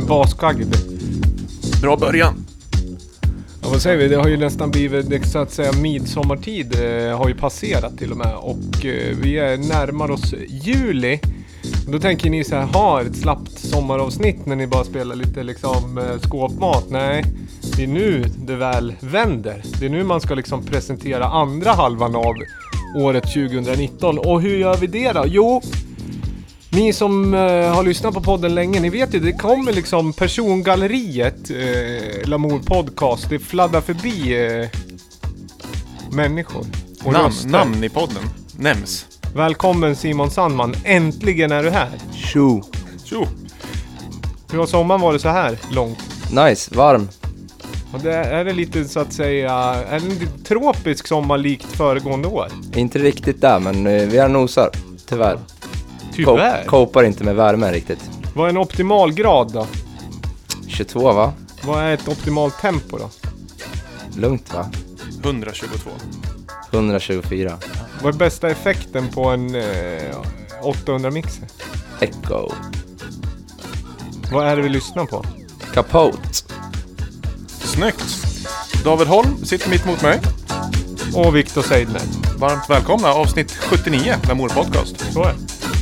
Baskagd. Bra början. Ja, vad säger vi? Det har ju nästan blivit så att säga midsommartid har ju passerat till och med. Och vi är närmar oss juli. Då tänker ni så här, ett slappt sommaravsnitt när ni bara spelar lite liksom skåpmat. Nej, det är nu det väl vänder. Det är nu man ska liksom presentera andra halvan av året 2019. Och hur gör vi det då? Jo, ni som har lyssnat på podden länge, ni vet ju, det kommer liksom persongalleriet, Lamour Podcast, det fladdar förbi människor. Och namn i podden nämns. Välkommen Simon Sandman, äntligen är du här. Tjo. Hur har sommaren varit så här långt? Nice, varm. Och det är det lite så att säga, är det en tropisk sommar likt föregående år? Inte riktigt där, men vi är nosar, tyvärr. Tyvärr? Kopar inte med värmen riktigt. Vad är en optimal grad då? 22 va? Vad är ett optimalt tempo då? Lugnt va? 122. 124. Vad är bästa effekten på en 800 mixer? Echo. Vad är det vi lyssnar på? Capote. Snyggt. David Holm sitter mitt mot mig. Och Viktor Seidner. Varmt välkomna, avsnitt 79 Lamour Podcast. Så är det.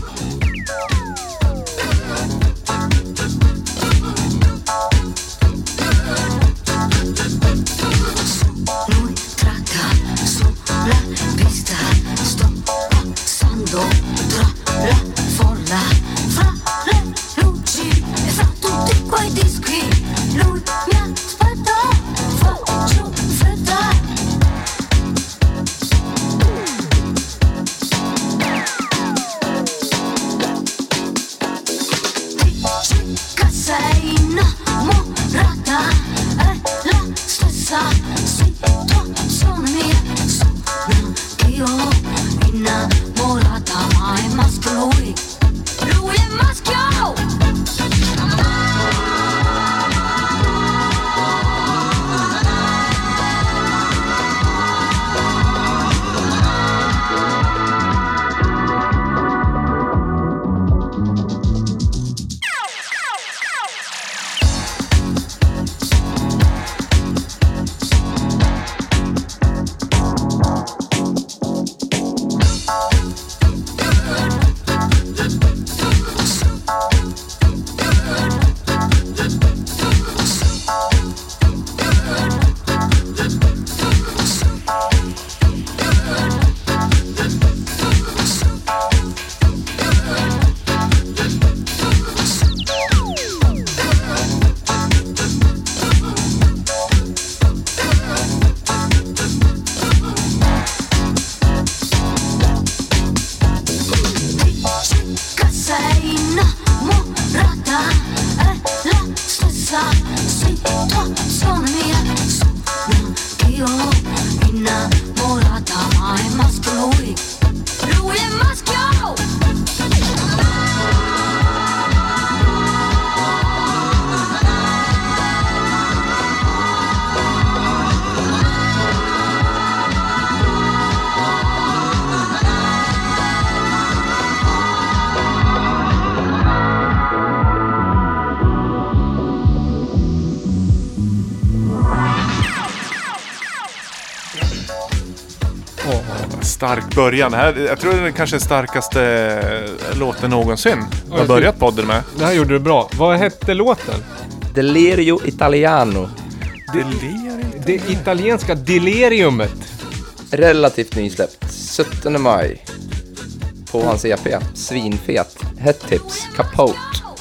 Stark början här. Jag tror det är den kanske starkaste låten någonsin. Jag har börjat podden med. Det här gjorde du bra. Vad hette låten? Delirio Italiano. Det italienska deliriumet. Relativt nysläppt. 17 maj. På hans EP. Svinfet. Hett tips. Capote.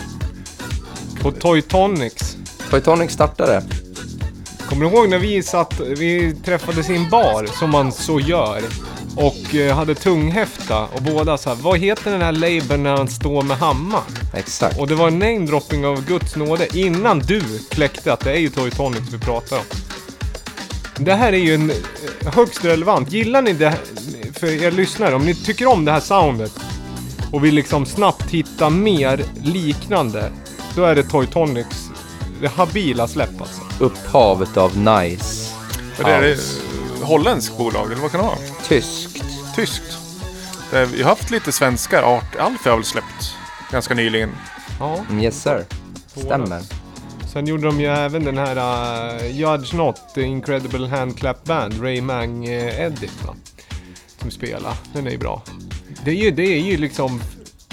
På Toy Tonics. Toy Tonics startade. Kommer du ihåg när vi träffades i en bar som man så gör och hade tunghäfta och båda så här, vad heter den här labeln när han står med hammaren? Exakt. Och det var en namedropping av Guds nåde innan du kläckte att det är ju Toy Tonics vi pratar om. Det här är ju en högst relevant. Gillar ni det för er lyssnare? Om ni tycker om det här soundet och vill liksom snabbt hitta mer liknande, då är det Toy Tonics det habila släpp alltså. Upphavet av nice. För det är det holländsk bolag, eller vad kan det vara? Tyskt. Vi har haft lite svenskar. Art Alf har väl släppt ganska nyligen. Ja. Yes sir. Stämmer. Sen gjorde de ju även den här Judge Not, The Incredible Handclap Band, Ray Mang Edit, va? Som spelar. Den är ju bra. Det är ju liksom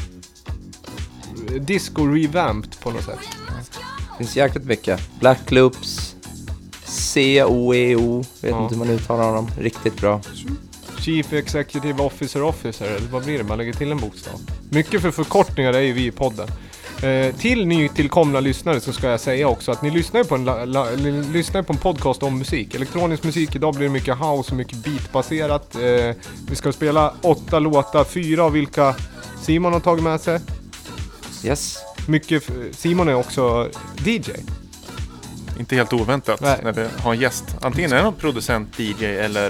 disco revamped på något sätt. Det finns jäkligt mycket. Black Loops, COEO, vet inte hur man uttalar dem. Riktigt bra. Chief Executive Officer, eller vad blir det? Man lägger till en bokstav. Mycket för förkortningar är ju vi i podden. Till nytillkomna lyssnare så ska jag säga också att ni lyssnar på en podcast om musik. Elektronisk musik, idag blir det mycket house och mycket beatbaserat. Vi ska spela 8 låtar, 4 av vilka Simon har tagit med sig. Yes. Simon är också DJ. Inte helt oväntat. Nej. När vi har en gäst. Antingen är det någon producent, DJ eller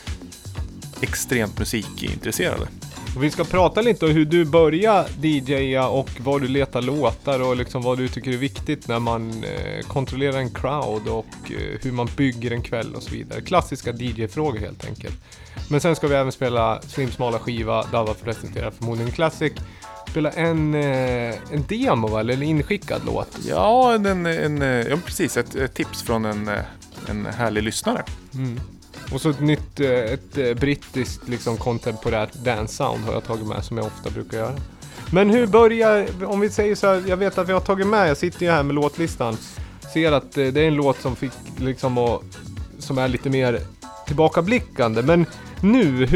extremt musikintresserade. Och vi ska prata lite om hur du börjar DJa och var du letar låtar och liksom vad du tycker är viktigt när man kontrollerar en crowd och hur man bygger en kväll och så vidare. Klassiska DJ-frågor helt enkelt. Men sen ska vi även spela Slim Smala skiva, Dava presenterar förmodligen Classic. Spela en demo, va? Eller en inskickad låt. Ja, ja precis. Ett tips från en härlig lyssnare. Mm. Och så ett brittiskt liksom kontemporärt dance sound har jag tagit med som jag ofta brukar göra. Men hur börjar, om vi säger så här, jag vet att vi har tagit med, jag sitter ju här med låtlistan, ser att det är en låt som fick liksom som är lite mer tillbakablickande. Men nu,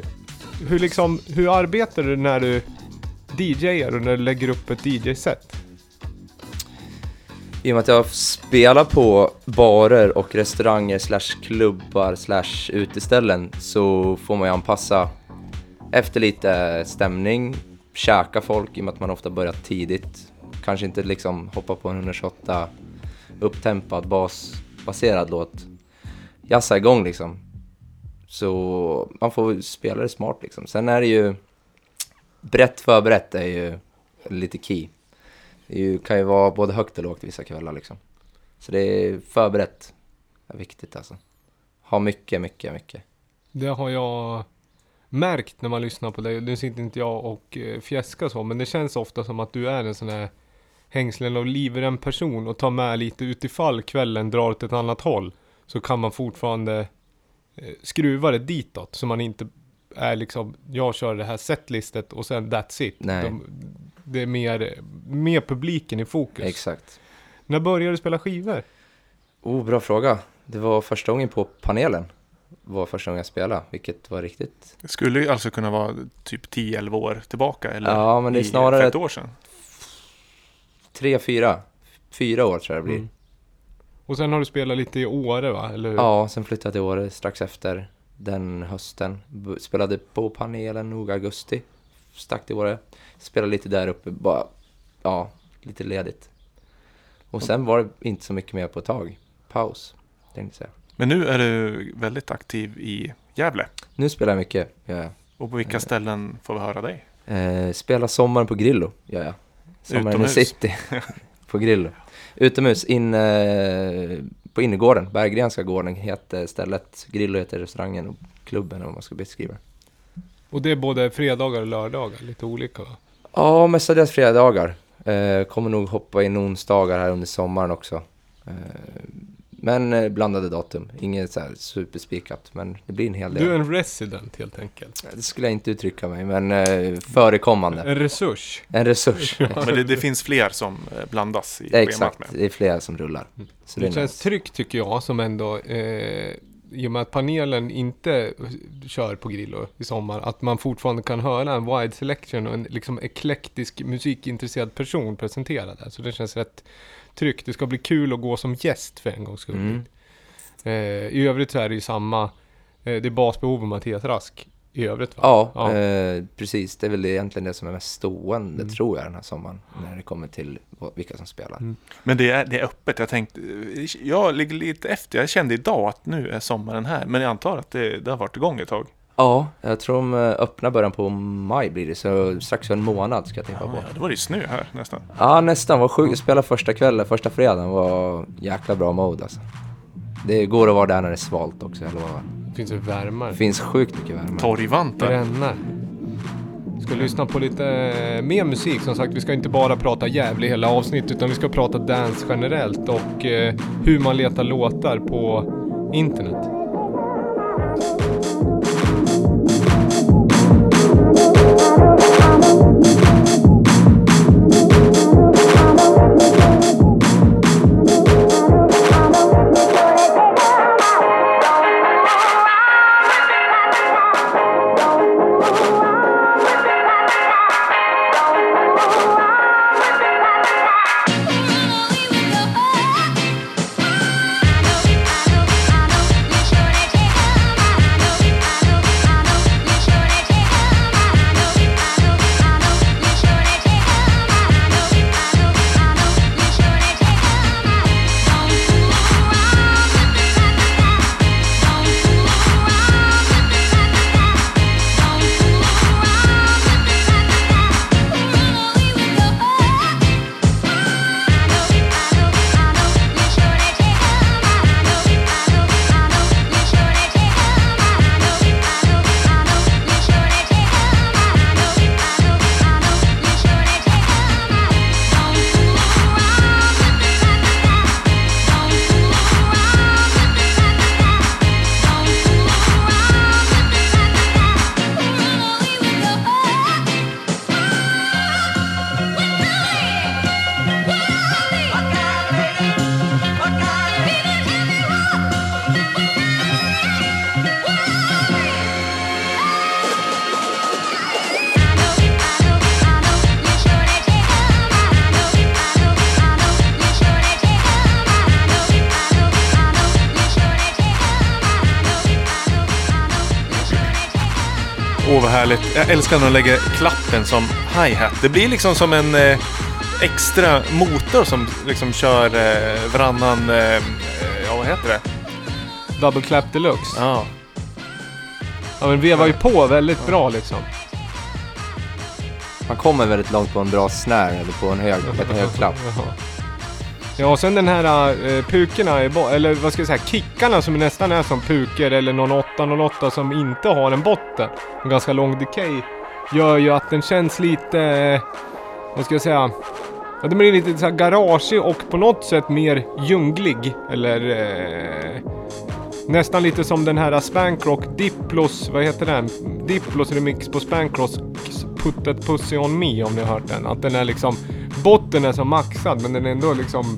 hur arbetar du när du DJar och när du lägger upp ett DJ-set? I och med att jag spelar på barer och restauranger / klubbar / uteställen så får man ju anpassa efter lite stämning, käka folk i och med att man ofta börjar tidigt. Kanske inte liksom hoppa på en 128 upptempad basbaserad låt. Jassa igång liksom. Så man får spela det smart liksom. Sen är det ju brett förberett är ju lite key. Det kan ju vara både högt och lågt vissa kvällar liksom. Så det är förberett. Det är viktigt alltså. Ha mycket. Det har jag märkt när man lyssnar på dig. Nu sitter inte jag och fjäskar så. Men det känns ofta som att du är en sån här hängslen och livrädd person. Och tar med lite utifall kvällen drar åt ett annat håll. Så kan man fortfarande skruva det ditåt. Så man inte är liksom, jag kör det här setlistet och sen that's it. Nej. Det är mer publiken i fokus. Exakt. När började du spela skivor? Bra fråga. Det var första gången på panelen. Var första gången jag spelade, vilket var riktigt. Det skulle ju alltså kunna vara typ 10-11 år tillbaka eller ja, men det är snarare 5 år sedan. 4 år tror jag det blir. Och sen har du spelat lite i Åre, va? Eller hur? Ja, sen flyttade jag till Åre strax efter den hösten. Spelade på panelen nog augusti. Stack till Åre. Spelade lite där uppe, bara, ja, lite ledigt. Och sen var det inte så mycket mer på ett tag. Paus, tänkte jag säga. Men nu är du väldigt aktiv i Gävle. Nu spelar jag mycket, ja. Och på vilka ställen får vi höra dig? Spelar sommaren på Grillo, ja. Sommaren i City på Grillo. Utomhus, på innergården. Berggrenska gården heter stället. Grillo heter restaurangen och klubben om man ska beskriva. Och det är både fredagar och lördagar, lite olika, va? Ja, mestadels fredagar. Kommer nog hoppa in onsdagar här under sommaren också. Men blandade datum. Inget så här superspikat, men det blir en hel del. Du är en resident helt enkelt. Det skulle jag inte uttrycka mig, men förekommande. En resurs. En resurs. Men det finns fler som blandas i exakt, det är fler som rullar. Så det känns tryggt tycker jag, som ändå i och med att panelen inte kör på Grillo i sommar, att man fortfarande kan höra en wide selection och en liksom eklektisk musikintresserad person presentera där. Så det känns rätt tryggt. Det ska bli kul att gå som gäst för en gångs skull. I övrigt så är det ju samma, det är basbehov och Mattias Rask i övrigt, va? Ja. Precis. Det är väl egentligen det som är mest stående tror jag den här sommaren, när det kommer till vilka som spelar. Men det är öppet. Jag ligger lite efter. Jag kände idag att nu är sommaren här, men jag antar att det har varit igång ett tag. Ja, jag tror de öppnar början på maj blir det, så strax för en månad ska jag tänka på. Ja, det var ju snö här nästan. Ja, nästan. Var sjukt. Spela första kvällen, första fredagen var jäkla bra mode alltså. Det går att vara där när det är svalt också, eller vad? Det finns ju värme. Det finns sjukt mycket värme. Torgvantar. Brännar. ska lyssna på lite mer musik. Som sagt, vi ska inte bara prata jävligt hela avsnitt, utan vi ska prata dance generellt och hur man letar låtar på internet. Vad härligt. Jag älskar när de lägger klappen som hi-hat. Det blir liksom som en extra motor som liksom kör varannan, vad heter det? Double clap deluxe. Ja. Ja, men vevar ju på väldigt bra liksom. Man kommer väldigt långt på en bra snare eller på en hög klapp. Ja, och sen den här pukorna, eller vad ska jag säga, kickarna som nästan är som puker eller någon 808 som inte har en botten. En ganska lång decay gör ju att den känns lite, vad ska jag säga, ja, den blir lite så här garageig och på något sätt mer djunglig. Eller nästan lite som den här Spankrock Diplos, vad heter den? Diplos remix på Spankrocks Put That Pussy On Me, om ni har hört den. Att den är liksom, botten är så maxad men den är ändå liksom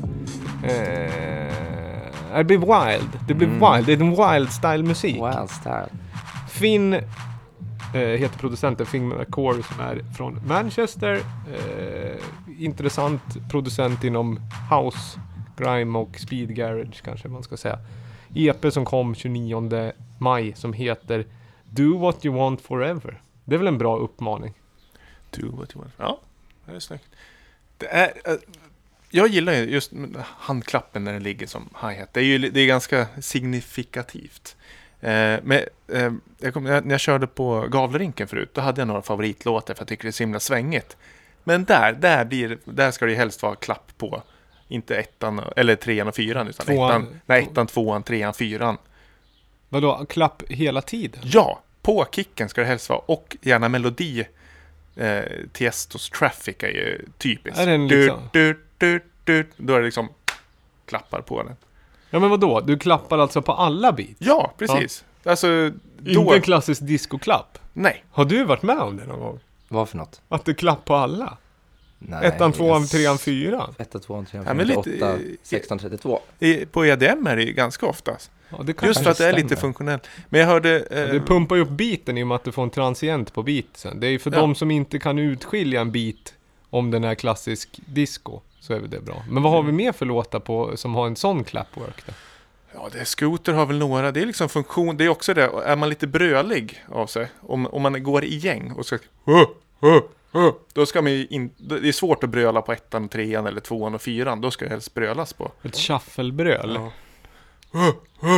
det blir wild. Det blir wild. Det är en wild style musik. Wild style. Finn heter producenten, Finn McCoy, som är från Manchester. Intressant producent inom house, grime och speed garage kanske man ska säga. EP som kom 29 maj som heter Do What You Want Forever. Det är väl en bra uppmaning. Do what you want. Ja, det är snyggt. Det är, jag gillar ju just handklappen när den ligger som hi-hat. Det är ganska signifikativt. Men när jag körde på Gavlerinken förut, då hade jag några favoritlåtar för jag tycker det är så himla svängigt. Men där ska det helst vara klapp på. Inte ettan eller trean och fyran, utan ettan, tvåan, trean, fyran. Vadå, klapp hela tiden? Ja, på kicken ska det helst vara. Och gärna melodi. Tiestos Traffic är ju typiskt. Är den liksom? Då är det liksom klappar på den. Ja, men vadå? Du klappar alltså på alla beats? Ja, precis. Ja. Alltså, inte en klassisk discoklapp? Nej. Har du varit med om det någon gång? Vad för något? Att du klappar på alla? Nej, ettan, tvåan, trean, fyran? Ettan, tvåan, trean, ja, fyran, 8, 16, 32. På EDM är det ganska oftast. Ja, det kan just för att det är lite funktionellt. Men jag hörde... det pumpar ju upp beaten i och med att du får en transient på beatsen. Det är ju för de som inte kan utskilja en beat om den är klassisk disco, så är det bra. Men vad har vi mer för låtar på som har en sån clapwork då? Ja, det är Scooter har väl några. Det är liksom funktion. Det är också det. Är man lite brölig av sig. Om man går i gäng och ska... Då ska man ju det är svårt att bröla på ettan, trean eller tvåan och fyran. Då ska det helst brölas på. Ett shufflebröl. Ja.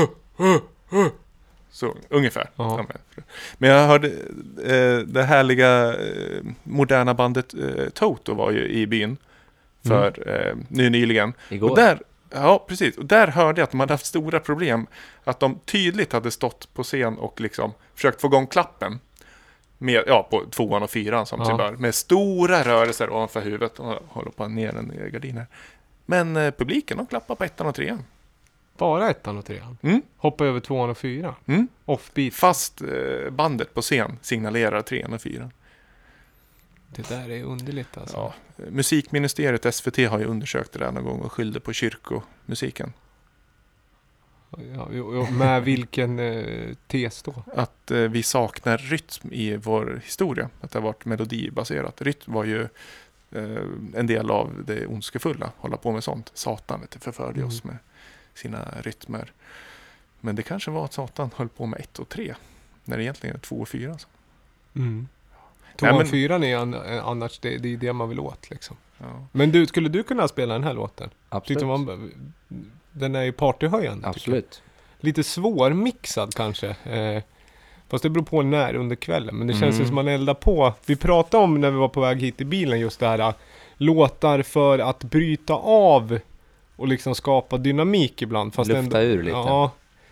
Så ungefär. Men jag hörde det härliga moderna bandet Toto var ju i byn för nyligen. Igår. Och där, ja, precis. Och där hörde jag att de hade haft stora problem. Att de tydligt hade stått på scen och liksom försökt få igång klappen. Med, på 2:an och 4:an som sig bör. Med stora rörelser ovanför huvudet och håller på ner en gardiner. Men publiken, de klappar på 1:an och 3:an. Bara 1:an och 3:an? Hoppa över 2:an och 4:an? Offbeat. Fast bandet på scen signalerar 3:an och 4:an. Det där är underligt alltså. Ja. Musikministeriet SVT har ju undersökt det där någon gång och skyllde på kyrkomusiken. Ja, med vilken tes då? Att vi saknar rytm i vår historia. Att det har varit melodibaserat. Rytm var ju en del av det ondskefulla. Hålla på med sånt. Satan förförde oss med sina rytmer. Men det kanske var att Satan höll på med 1 och 3. När det egentligen är 2 och 4. Alltså. 2:an och 4:an är annars det är det man vill åt liksom. Ja. Men skulle du kunna spela den här låten? Absolut. Den är ju partyhöjande. Absolut. Lite svårmixad kanske. Fast det beror på när under kvällen. Men det känns ju som man eldar på. Vi pratade om när vi var på väg hit i bilen just det här. Låtar för att bryta av och liksom skapa dynamik ibland. Fast lufta ur lite. Ja,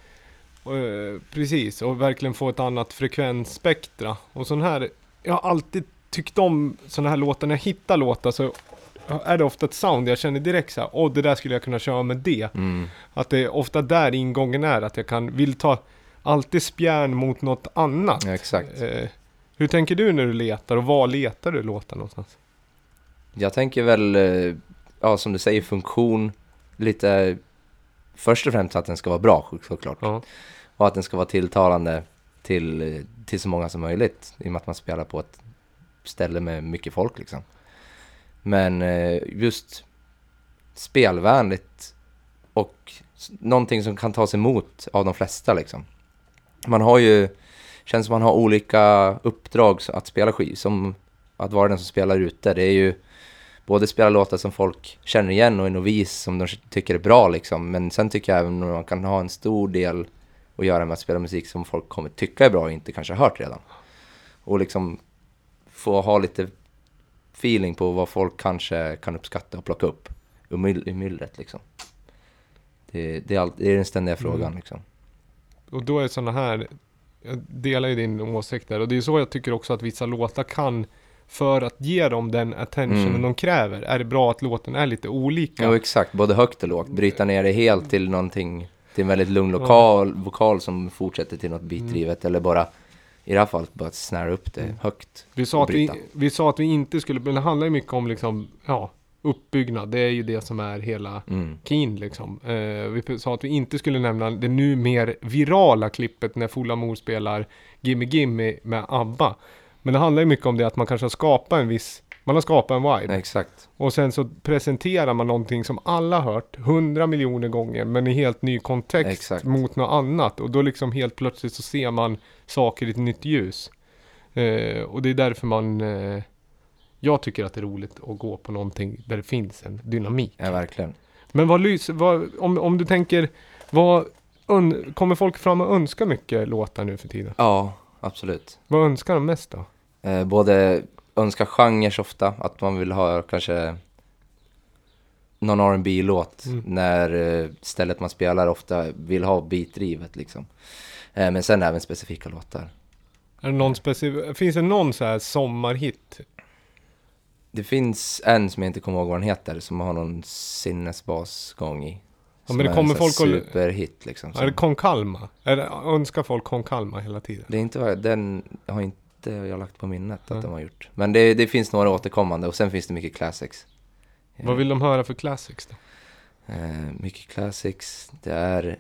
precis. Och verkligen få ett annat frekvensspektra. Och sån här, jag har alltid tyckt om såna här låtar. När jag hittar låtar så är det ofta ett sound jag känner direkt så här, det där skulle jag kunna köra med det. Att det är ofta där ingången är att jag vill ta alltid spjärn mot något annat. Ja, exakt. Hur tänker du när du letar och var letar du låtar någonstans? Jag tänker väl, som du säger, funktion lite, först och främst att den ska vara bra såklart. Ja. Och att den ska vara tilltalande till så många som möjligt. I och med att man spelar på ett ställe med mycket folk liksom. Men just spelvänligt och någonting som kan tas emot av de flesta liksom. Man har ju, känns som man har olika uppdrag att spela som att vara den som spelar ute. Det är ju både spela låtar som folk känner igen och en novis som de tycker är bra liksom. Men sen tycker jag även att man kan ha en stor del att göra med att spela musik som folk kommer tycka är bra och inte kanske har hört redan. Och liksom få ha lite feeling på vad folk kanske kan uppskatta och plocka upp i myllret liksom. Det är den ständiga frågan liksom. Och då är såna här, jag delar ju din åsikt där, och det är så jag tycker också att vissa låtar kan, för att ge dem den attentionen de kräver, är det bra att låten är lite olika. Ja, exakt, både högt och lågt, bryta ner det helt till någonting, till en väldigt lugn vokal som fortsätter till något bitdrivet, eller bara i det här fallet bara att snära upp det högt. Vi sa att vi inte skulle, men det handlar ju mycket om liksom, uppbyggnad. Det är ju det som är hela Keen liksom. Vi sa att vi inte skulle nämna det nu mer virala klippet när Fulla Mor spelar Gimme Gimme med ABBA. Men det handlar ju mycket om det att man kanske har skapat man har skapat en vibe. Exakt. Och sen så presenterar man någonting som alla har hört 100 miljoner gånger, men i helt ny kontext mot något annat. Och då liksom helt plötsligt så ser man saker i ett nytt ljus. Och det är därför jag tycker att det är roligt att gå på någonting där det finns en dynamik. Ja, verkligen. Men om du tänker, kommer folk fram och önska mycket låtar nu för tiden? Ja, absolut. Vad önskar de mest då? Både önskar genrer ofta, att man vill ha kanske någon R&B-låt när stället man spelar ofta vill ha beatdrivet liksom. Men sen även specifika låtar. Är det någon finns det någon så här sommarhit? Det finns en som jag inte kommer ihåg vad den heter, som har någon sinnesbasgång i. Ja, men det kommer folk superhit liksom. Är det Kon Kalma? Önskar folk Kon Kalma hela tiden? Det är inte den har inte jag lagt på minnet att de har gjort. Men det finns några återkommande, och sen finns det mycket classics. Vad vill de höra för classics då? Mycket classics, det är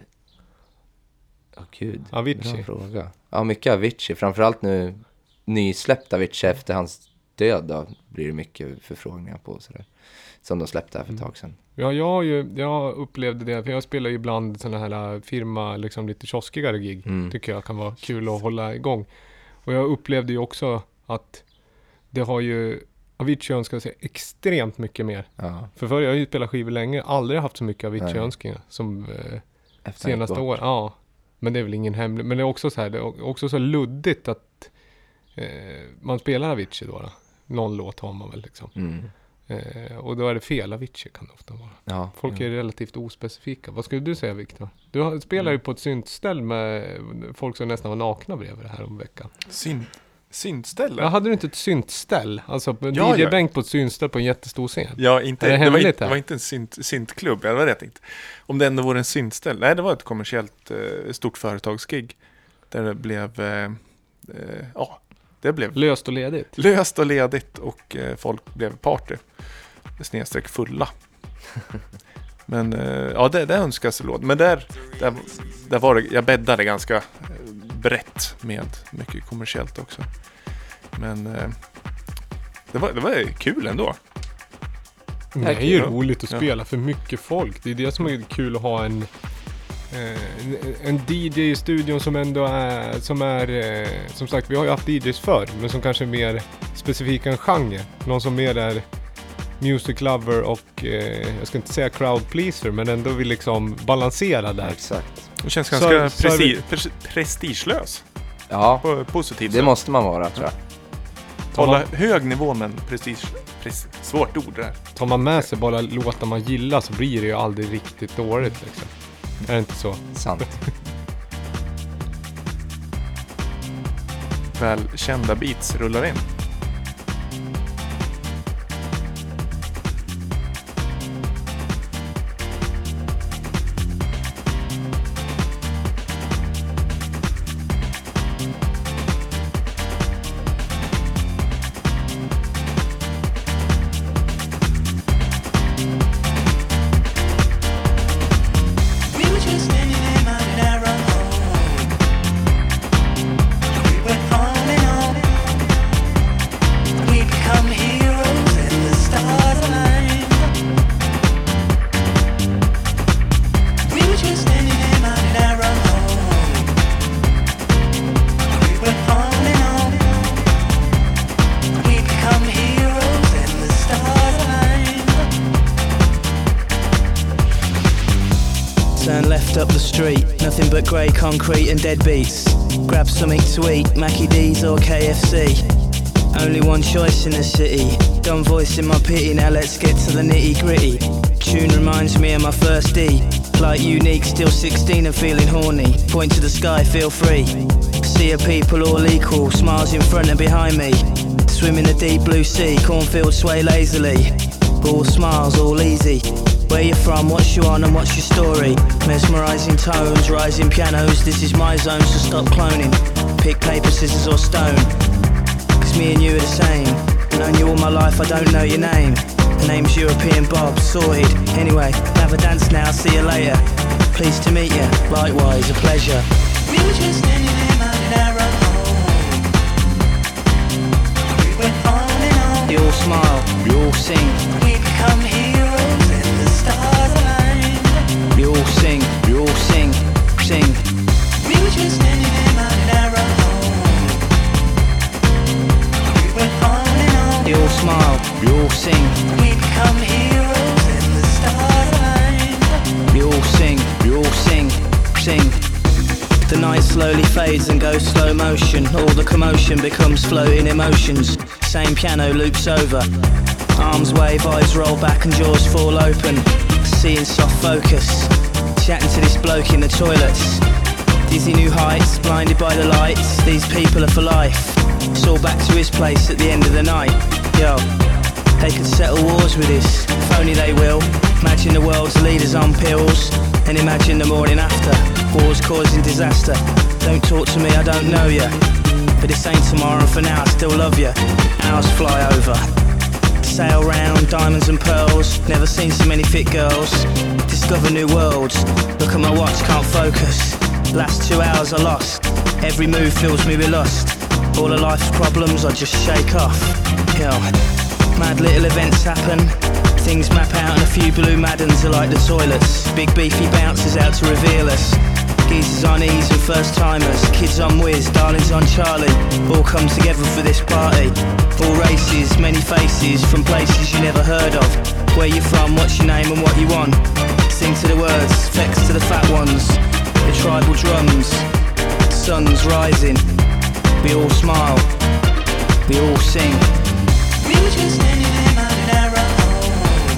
Avicii. Bra fråga. Ja, mycket Avicii, framförallt nu nysläppt Avicii efter hans död då, blir det mycket förfrågningar på sådär, som de släppte här för ett tag sedan. Ja, jag upplevde det, för jag spelar ju ibland såna här firma, liksom lite kioskigare gig. Tycker jag kan vara kul att hålla igång. Och jag upplevde ju också att det har ju Avicii önskar sig extremt mycket mer. Ja. För förr, jag har ju spelat skivor länge, aldrig haft så mycket Avicii-önskningar som senaste år. Ja, men det är väl ingen hemlig. Men det är också så här, det är också så luddigt att man spelar Avicii då. Någon låt har man väl liksom. Och då är det fel Avicii, kan det ofta vara. Ja, folk är relativt ospecifika. Vad skulle du säga, Victor? Du spelar ju på ett syntställ med folk som nästan var nakna bredvid det här om veckan. Syntställe? Ja, hade du inte ett syntställ? Alltså en Ja, DJ-bänk på ett syntställ på en jättestor scen? Ja, inte, Är det det, var hemligt inte, här? det var inte en syntklubb, det var rätt inte. Om det ändå vore en syntställ. Nej, det var ett kommersiellt stort företagsgig. Där det blev, det blev Löst och ledigt? löst och ledigt och folk blev party. Snedstreck fulla. Men det önskas låt. Men där var det, jag bäddade ganska brett med mycket kommersiellt också. Men det var kul ändå. Det är ju Ja. roligt att spela för mycket folk. Det är det som är kul att ha en DJ i studion som ändå är, som sagt, vi har ju haft DJs förr, men som kanske är mer specifik en genre. Någon som mer är music lover och jag ska inte säga crowd pleaser, men ändå vill liksom balansera där. Exakt. Det känns ganska Så prestigelös. Ja, På positivt det sätt. måste man vara, tror jag. Hålla hög nivå, men svårt ord där. Tar man med sig bara låtar man gillar så blir det ju aldrig riktigt dåligt liksom. Är det inte så? Sant. Välkända beats rullar in. We were just standing in my narrow home. We went on and on. We become heroes and the stars aligned. We were just standing in my narrow home. We went on and on. We become heroes and the stars aligned. Turn left up the street, nothing but grey concrete and dead beats. Grab something to eat, Mackie D's or KFC. Only one choice in the city, dumb voice in my pity, now let's get to the nitty gritty. Tune reminds me of my first D, like unique, still 16 and feeling horny. Point to the sky, feel free. Sea of people all equal, smiles in front and behind me. Swim in the deep blue sea, cornfields sway lazily. All smiles, all easy. Where you from, what's you on and what's your story? Mesmerising tones, rising pianos, this is my zone, so stop cloning. Pick paper, scissors or stone, 'cause me and you are the same. Known you all my life, I don't know your name. The name's European Bob, sorted. Anyway, have a dance now, see you later. Pleased to meet you, likewise, a pleasure. We were just standing in my narrow home. We went on and on. We all smile, we all sing. We become heroes and the stars aligned. We all sing, sing. We were just standing in my narrow home. We went on and on. We all smile, we all sing. We become heroes and the stars aligned. We all sing, sing. The night slowly fades and goes slow motion. All the commotion becomes floating emotions. Same piano loops over. Arms wave, eyes roll back and jaws fall open. Seeing soft focus. Chatting to this bloke in the toilets. Dizzy new heights, blinded by the lights. These people are for life. It's all back to his place at the end of the night. Yo, they could settle wars with this. If only they will. Imagine the world's leaders on pills. And imagine the morning after. Wars causing disaster. Don't talk to me, I don't know ya. But this ain't tomorrow, and for now I still love ya. Hours fly over. Sail round, diamonds and pearls. Never seen so many fit girls. Discover new worlds. Look at my watch, can't focus. Last 2 hours I lost. Every move fills me with lust. All of life's problems I just shake off. Yo, mad little events happen. Things map out and a few blue Maddens are like the toilets. Big beefy bouncers out to reveal us. Geezers on ease and first timers. Kids on whiz, darlings on Charlie. All come together for this party. All races, many faces, from places you never heard of. Where you from, what's your name and what you want. Sing to the words, flex to the fat ones. The tribal drums, sun's rising. We all smile, we all sing. We were just standing in my narrow home.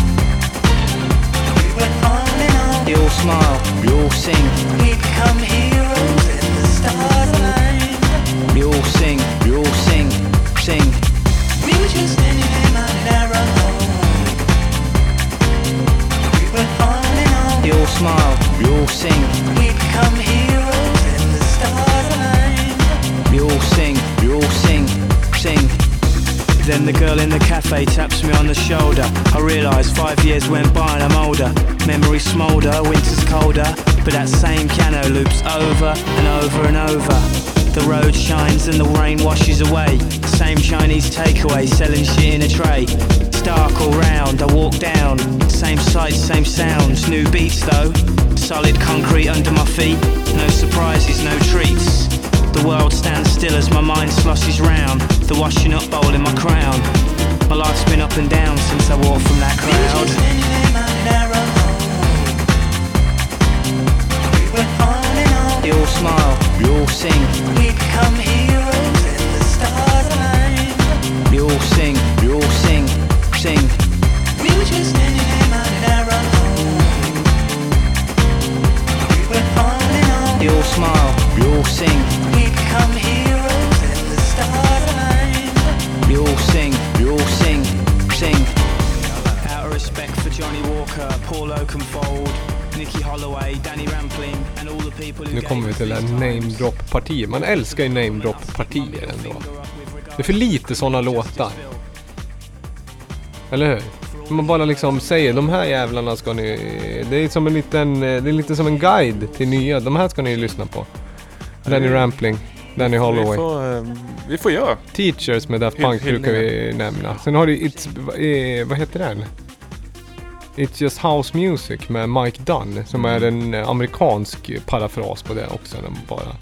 We went on and on. We all smile, we all sing. We become heroes and the stars align. We all sing, we all Then the girl in the cafe taps me on the shoulder. I realise 5 years went by and I'm older. Memories smoulder, winter's colder, but that same piano loops over and over and over. The road shines and the rain washes away. Same Chinese takeaway selling shit in a tray. It's dark all round, I walk down. Same sights, same sounds, new beats though. Solid concrete under my feet, no surprises, no treats. The world stands still as my mind sloshes round. The washing up bowl in my crown. My life's been up and down since I walked from that crowd. They all smile, they all sing. We become heroes in the starlight. They all sing, sing. We were just standing in my narrow home. We went on and on. They all smile, they all sing. We become heroes in the starlight. They all sing, sing. Out of respect for Johnny Walker, Paul Oakenfold, Nicky Holloway, Danny Rampling and all the people who. Nu kommer vi till en name-drop-partier. Man älskar ju name-drop-partier ändå. Det är för lite sådana låtar. Eller hur? Man bara liksom säger, de här jävlarna ska ni... Det är som en liten... Det är lite som en guide till nya. De här ska ni lyssna på. Danny Rampling, Danny Holloway. Vi får göra. Teachers med Daft Punk brukar vi nämna. Sen har du vad heter den? It's Just House Music med Mike Dunn som är en amerikansk parafras på det också. Den bara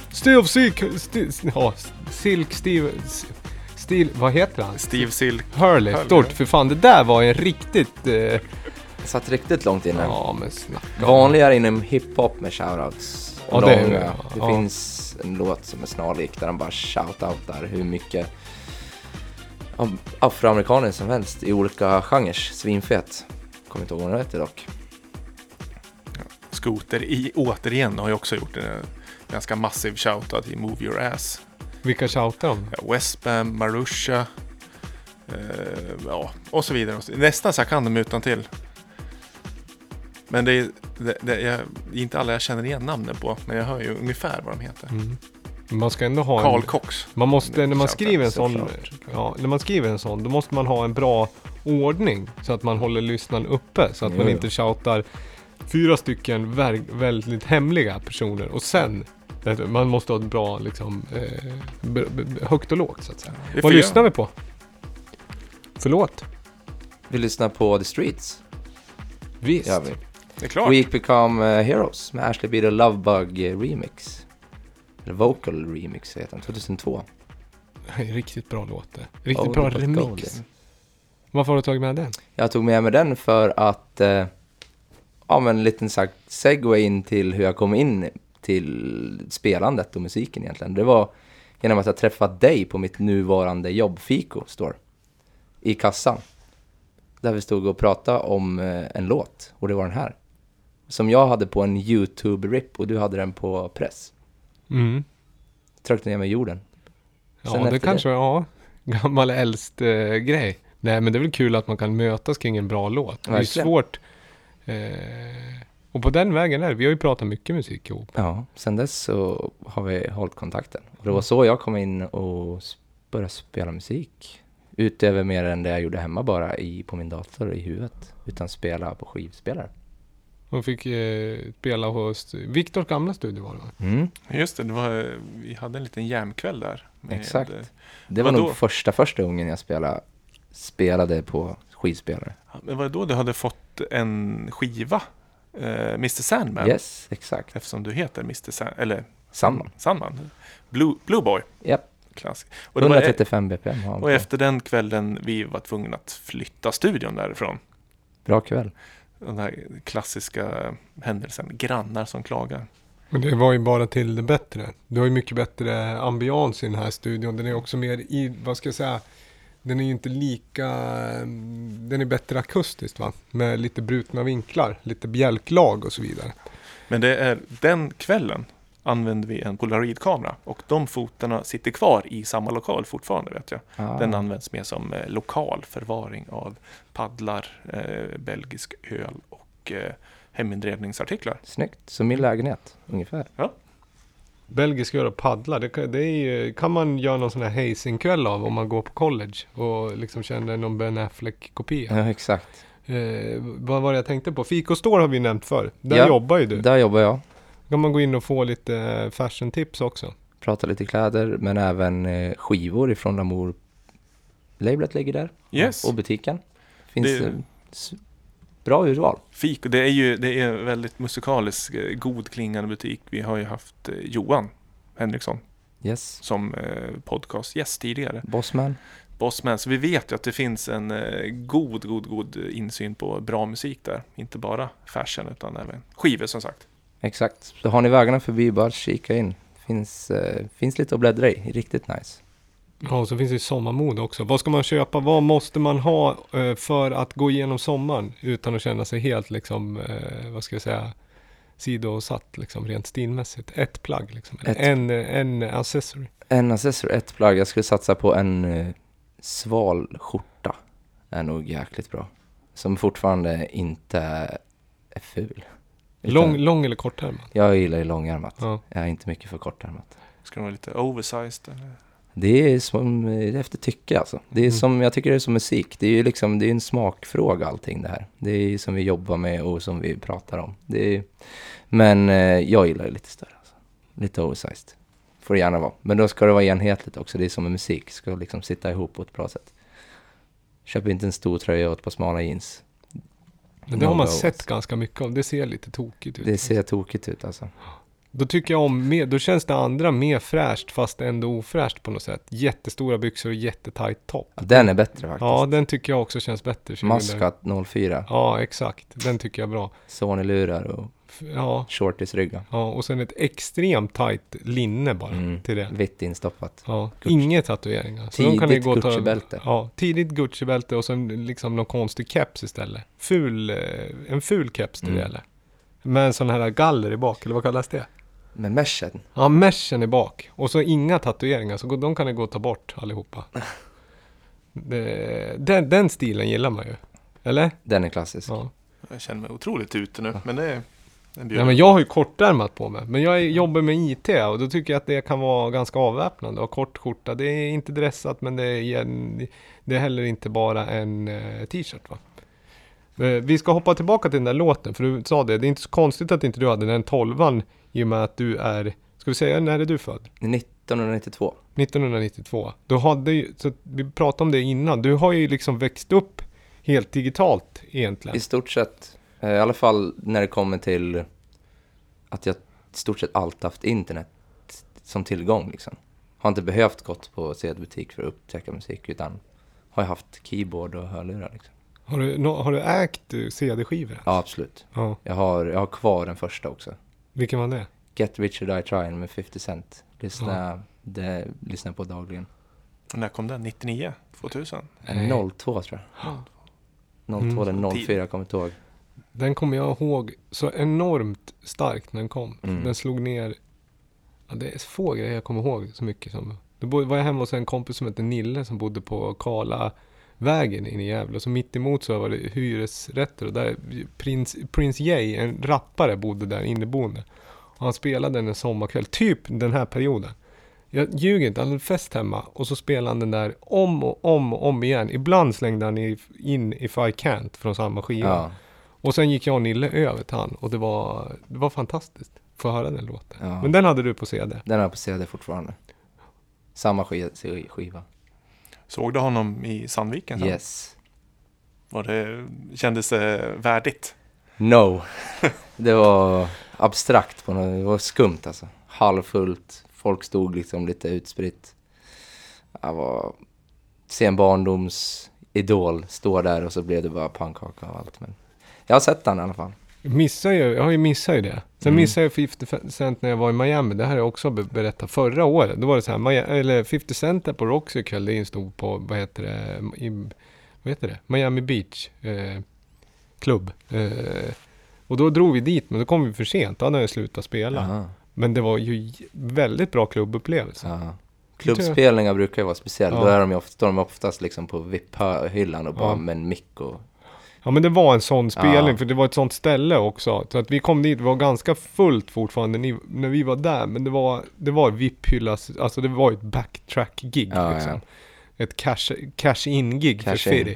vad heter han? Steve Silk Hurley, stort för fan. Det där var en riktigt... Satt riktigt långt inne. Ja, men snacka. Vanligare inom hiphop med shoutouts. Ja, det finns en låt som är snarlik där de bara shoutoutar hur mycket afroamerikaner som helst i olika genrer. Svinfet. Kommer inte ihåg vad det heter dock. Scooter återigen har ju också gjort en ganska massiv shoutout i Move Your Ass. Vilka shoutar de? Westbam, Marusha och så vidare. Nästan så jag kan dem utan till. Men det är inte alla jag känner igen namnen på, men jag hör ju ungefär vad de heter. Man ska ändå ha Carl Cox. Man måste, när man skriver en sån, när man skriver en sån, då måste man ha en bra ordning så att man håller lyssnaren uppe, så att man inte shoutar 4 stycken väldigt hemliga personer och sen man måste ha ett bra liksom högt och lågt så att säga. Vad lyssnar vi på? Förlåt. Vi lyssnar på The Streets. Visst. Ja, det är klart. We Become Heroes med Ashley B. The Lovebug remix. Eller vocal remix heter den, 2002. Riktigt bra låt. Riktigt bra remix. Varför har du tagit med den? Jag tog med den för att men liten sagt segway in till hur jag kom in till spelandet och musiken egentligen. Det var genom att jag träffat dig på mitt nuvarande jobb Fico Store i kassan. Där vi stod och pratade om en låt, och det var den här. Som jag hade på en YouTube-rip och du hade den på press. Tryckte ner med jorden. Ja, det kanske var gammal äldst grej. Nej, men det är väl kul att man kan mötas kring en bra låt. Det är svårt. Och på den vägen vi har ju pratat mycket musik ihop. Ja, sen dess så har vi hållit kontakten. Och det var så jag kom in och började spela musik. Utöver mer än det jag gjorde hemma bara på min dator i huvudet. Utan spela på skivspelare. Hon fick spela hos Viktors gamla studio var det. Just det, vi hade en liten järnkväll där. Exakt. Det var nog första gången jag spelade på skivspelare. Ja, men var det då du hade fått en skiva? Mr. Sandman? Yes, exakt. Eftersom du heter Mr. Sandman. Blue Boy. Japp. Klassisk. 135 BPM. Och efter den kvällen vi var tvungna att flytta studion därifrån. Bra kväll. Den här klassiska händelsen, grannar som klagar. Men det var ju bara till det bättre. Du har ju mycket bättre ambians i den här studion. Den är också mer den är ju inte lika, den är bättre akustiskt va? Med lite brutna vinklar, lite bjälklag och så vidare. Men det är den kvällen använde vi en polaroidkamera och de fotorna sitter kvar i samma lokal fortfarande vet jag. Den används mer som lokal förvaring av paddlar, belgisk öl och heminredningsartiklar. Snyggt, som min lägenhet ungefär. Ja. belgisk öl och paddla. Det är ju, kan man göra någon sån här hazing-kväll av om man går på college och liksom känner någon Ben Affleck-kopia. Ja, exakt. Vad var det jag tänkte på? Fico Store har vi nämnt förr. Där jobbar ju du. Där jobbar jag. Kan man gå in och få lite fashion-tips också? Prata lite kläder, men även skivor ifrån Lamour. Lablet ligger där. Yes. Och butiken. Finns bra urval. Fico, det är väldigt musikalisk, god klingande butik. Vi har ju haft Johan Henriksson Yes. som podcastgäst tidigare. Bossman. Så vi vet ju att det finns en god insyn på bra musik där. Inte bara fashion utan även skivor som sagt. Exakt. Så har ni vägarna förbi, bara kika in. Finns lite att bläddra i. Riktigt nice. Ja, och så finns det ju sommarmode också. Vad ska man köpa? Vad måste man ha för att gå igenom sommaren utan att känna sig helt liksom, vad ska jag säga, sidosatt liksom rent stilmässigt? Ett plagg liksom. En accessory. En accessory, ett plagg. Jag skulle satsa på en sval skjorta. Är nog jäkligt bra. Som fortfarande inte är ful. Lång eller kortärmad? Jag gillar ju långärmat. Ja. Jag är inte mycket för kortärmat. Ska det vara lite oversized eller? Det är som efter tycke alltså. Det är som, jag tycker det är som musik. Det är ju liksom, det är en smakfråga allting det här. Det är som vi jobbar med och som vi pratar om. Men jag gillar det lite större alltså. Lite oversized. Får det gärna vara. Men då ska det vara enhetligt också. Det är som med musik. Ska liksom sitta ihop på ett bra sätt. Köp inte en stor tröja och ett par smala jeans. Men det har man sett ganska mycket av. Det ser lite tokigt ut. Det ser tokigt ut alltså. Då tycker jag då känns det andra mer fräscht fast ändå ofräscht på något sätt. Jättestora byxor och jättetajt topp. Ja, den är bättre faktiskt. Ja, den tycker jag också känns bättre. Muscat 04. Ja, exakt. Den tycker jag är bra. Sony-lurar och shorties rygga. Ja, och sen ett extremt tajt linne bara till det. Vitt instoppat. Ja, inga tatueringar. Så tidigt Gucci-bälte. Ja, tidigt Gucci-bälte och sen liksom någon konstig keps istället. En ful keps till det eller? Med en sån här galler i bak, eller vad kallas det? Med meshen? Ja, meshen i bak. Och så inga tatueringar, så de kan det gå att ta bort allihopa. Den stilen gillar man ju. Eller? Den är klassisk. Ja. Jag känner mig otroligt ute nu, men det är ja, men jag har ju kortärmat på mig. Men jag jobbar med IT och då tycker jag att det kan vara ganska avväpnande. Och kort skjorta, det är inte dressat men det är heller inte bara en t-shirt va. Vi ska hoppa tillbaka till den där låten, för du sa det är inte så konstigt att inte du hade den 12an i och med att du är, ska vi säga, när är du född? 1992. 1992. Du hade ju, så vi pratade om det innan, du har ju liksom växt upp helt digitalt egentligen. I stort sett, i alla fall när det kommer till att jag i stort sett alltid haft internet som tillgång liksom. Har inte behövt gått på CD-butik för att upptäcka musik, utan har jag haft keyboard och hörlurar liksom. Har du ägt CD-skivor? Ja, absolut. Ja. Jag har kvar den första också. Vilken var det? Get Rich or Die Trying med 50 Cent. Lyssnar på dagligen. Och när kom den? 99? 2000? 02 tror jag. 02 eller 04, jag kommer inte ihåg. Den kommer jag ihåg så enormt starkt när den kom. Den slog ner. Ja, det är få grejer jag kommer ihåg så mycket som. Då var jag hemma hos en kompis som hette Nille som bodde på Kala vägen in i Gävle. Och så mitt emot så var det hyresrätter. Och där Prince Jay, en rappare, bodde där inneboende. Och han spelade en sommarkväll. Typ den här perioden. Jag ljuger inte. Han hade fest hemma. Och så spelade han den där om igen. Ibland slängde han in If I Can't från samma skiva. Ja. Och sen gick jag och Nille över till han. Och det var fantastiskt. Få höra den låten. Ja. Men den hade du på CD. Den har jag på CD fortfarande. Samma skiva. Såg du honom i Sandviken sen? Yes. Kändes det värdigt? No. Det var abstrakt på något. Det var skumt alltså. Halvfullt. Folk stod liksom lite utspritt. Jag var sen barndomsidol. Stå där och så blev det bara pannkaka och allt. Men jag har sett den i alla fall. Jag har ju missat det. Sen missade jag 50 Cent när jag var i Miami. Det här har jag också berättat förra året. Då var det så här, 50 Cent där på Roxy kväll. Det instod på, vad heter det? Miami Beach klubb. Och då drog vi dit, men då kom vi för sent. Då hade jag slutat spela. Aha. Men det var ju väldigt bra klubbupplevelse. Aha. Klubbspelningar brukar ju vara speciella. Ja. Då är de oftast liksom på VIP-hyllan och bara med en mick och Ja, men det var en sån spelning, Ja. för det var ett sånt ställe också. Så att vi kom dit, det var ganska fullt fortfarande när vi var där. Men det var VIP-hyllas, alltså det var ett backtrack-gig Ja, liksom. ja. Ett cash-in-gig för Cash in. Firi.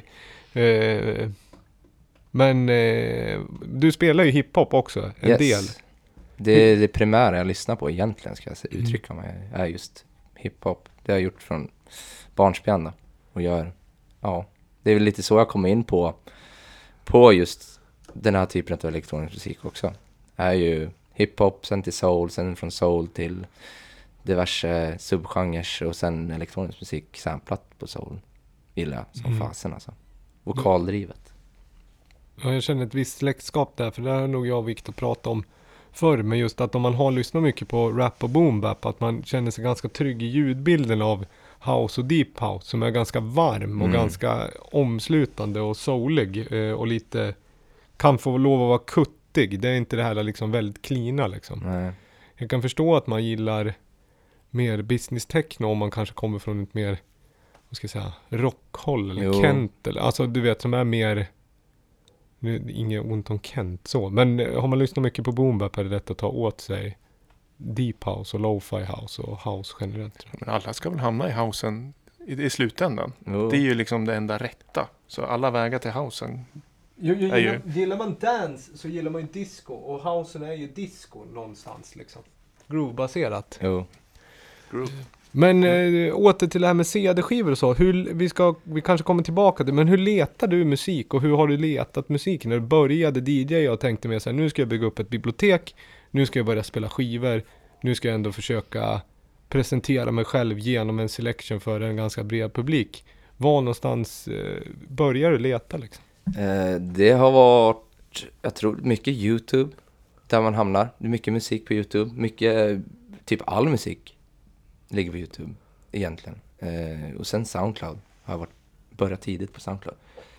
Men du spelar ju hiphop också, en del. Det är det primära jag lyssnar på egentligen, ska jag uttrycka mig, är just hiphop. Det har jag gjort från barnsben då, och gör, ja. Det är väl lite så jag kommer in på just den här typen av elektronisk musik också. Är ju hiphop, sen till soul, sen från soul till diverse subgenres och sen elektronisk musik samplat på soul. Gillar jag som fasen alltså. Vokaldrivet. Ja, jag känner ett visst släktskap där, för det har nog jag och Victor pratat om förr. Men just att om man har lyssnat mycket på rap och boom bap, att man känner sig ganska trygg i ljudbilden av house och deep house, som är ganska varm och ganska omslutande och soulig och lite kan få lov att vara kuttig. Det är inte det här liksom väldigt cleana liksom. Nej. Jag kan förstå att man gillar mer business techno om man kanske kommer från ett mer, vad ska jag säga, rockhåll eller Jo. Kent eller, alltså du vet, som är mer, nu är det inget ont om Kent så, men har man lyssnat mycket på boom bap är det rätt att ta åt sig deep house och lo-fi house och house generellt. Men alla ska väl hamna i housen i slutändan. Jo. Det är ju liksom det enda rätta. Så alla vägar till housen. Gillar man dance så gillar man ju disco, och housen är ju disco någonstans liksom. Groove-baserat. Jo. Men åter till det här med CD-skivor och så. Vi kanske kommer tillbaka till, men hur letar du musik och hur har du letat musik? När du började DJ och tänkte mig så här, nu ska jag bygga upp ett bibliotek, nu ska jag börja spela skivor, nu ska jag ändå försöka presentera mig själv genom en selection för en ganska bred publik. Var någonstans börjar du leta liksom? Det har varit, jag tror, mycket YouTube där man hamnar. Det är mycket musik på YouTube. Mycket, typ all musik ligger på YouTube egentligen. Och sen Soundcloud har jag börjat tidigt på Soundcloud.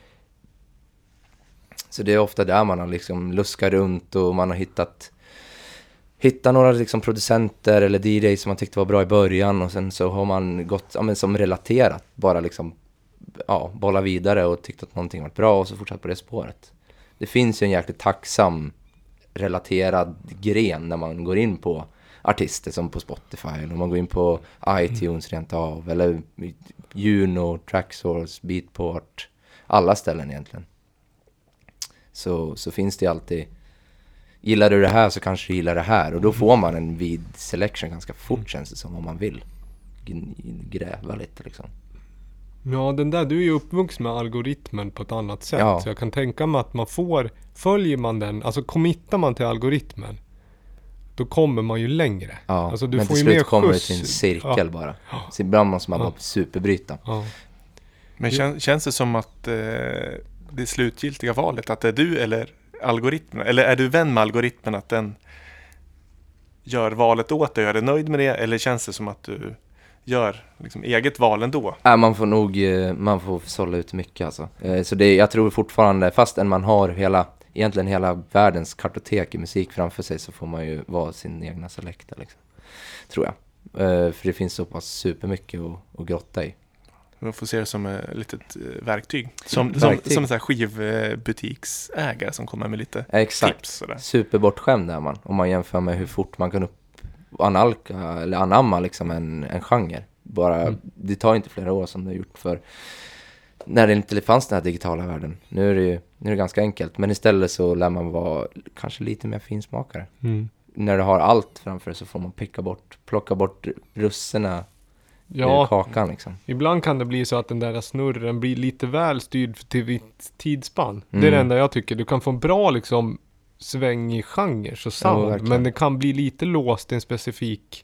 Så det är ofta där man har liksom luskat runt och man har hittat några liksom producenter eller DJs som man tyckte var bra i början, och sen så har man gått, ja, men som relaterat, bara liksom bolla vidare och tyckt att någonting varit bra och så fortsatt på det spåret. Det finns ju en jäkligt tacksam relaterad gren när man går in på artister som på Spotify, eller om man går in på iTunes rent av, eller Juno, Tracksource, Beatport, alla ställen egentligen. Så finns det alltid, gillar du det här så kanske du gillar det här, och då får man en vid selection ganska fort, känns det som, om man vill gräva lite liksom. Ja, du är ju uppvuxen med algoritmen på ett annat sätt. Ja. Så jag kan tänka mig att följer man den, alltså committar man till algoritmen, då kommer man ju längre. Ja, Alltså, du men får till ju mer slut kommer det skjuts. till en cirkel Ja. bara. Så ibland måste man bara superbryta. Ja. Men känns det som att det slutgiltiga valet, att det är du eller algoritmen? Eller är du vän med algoritmen, att den gör valet åt dig och är du nöjd med det? Eller känns det som att du gör liksom eget val ändå? Man får sålla ut mycket alltså. Så jag tror fortfarande, fastän man har egentligen hela världens kartotek i musik framför sig, så får man ju vara sin egna selekta liksom. Tror jag. För det finns så pass supermycket att grotta i. Man får se det som ett litet verktyg. Som en sån här skivbutiksägare som kommer med lite tips. Sådär. Superbortskämd är man, om man jämför med hur fort man kan anamma liksom en genre. Det tar inte flera år som det har gjort för när det inte fanns den här digitala världen. Nu är det ganska enkelt, men istället så lär man vara kanske lite mer finsmakare. När du har allt framför dig så får man plocka bort russerna ur kakan liksom. Ibland kan det bli så att den där snurren blir lite väl styrd till vitt tidsspann. Det är det enda jag tycker. Du kan få en bra liksom sväng i genre och sound, men det kan bli lite låst i en specifik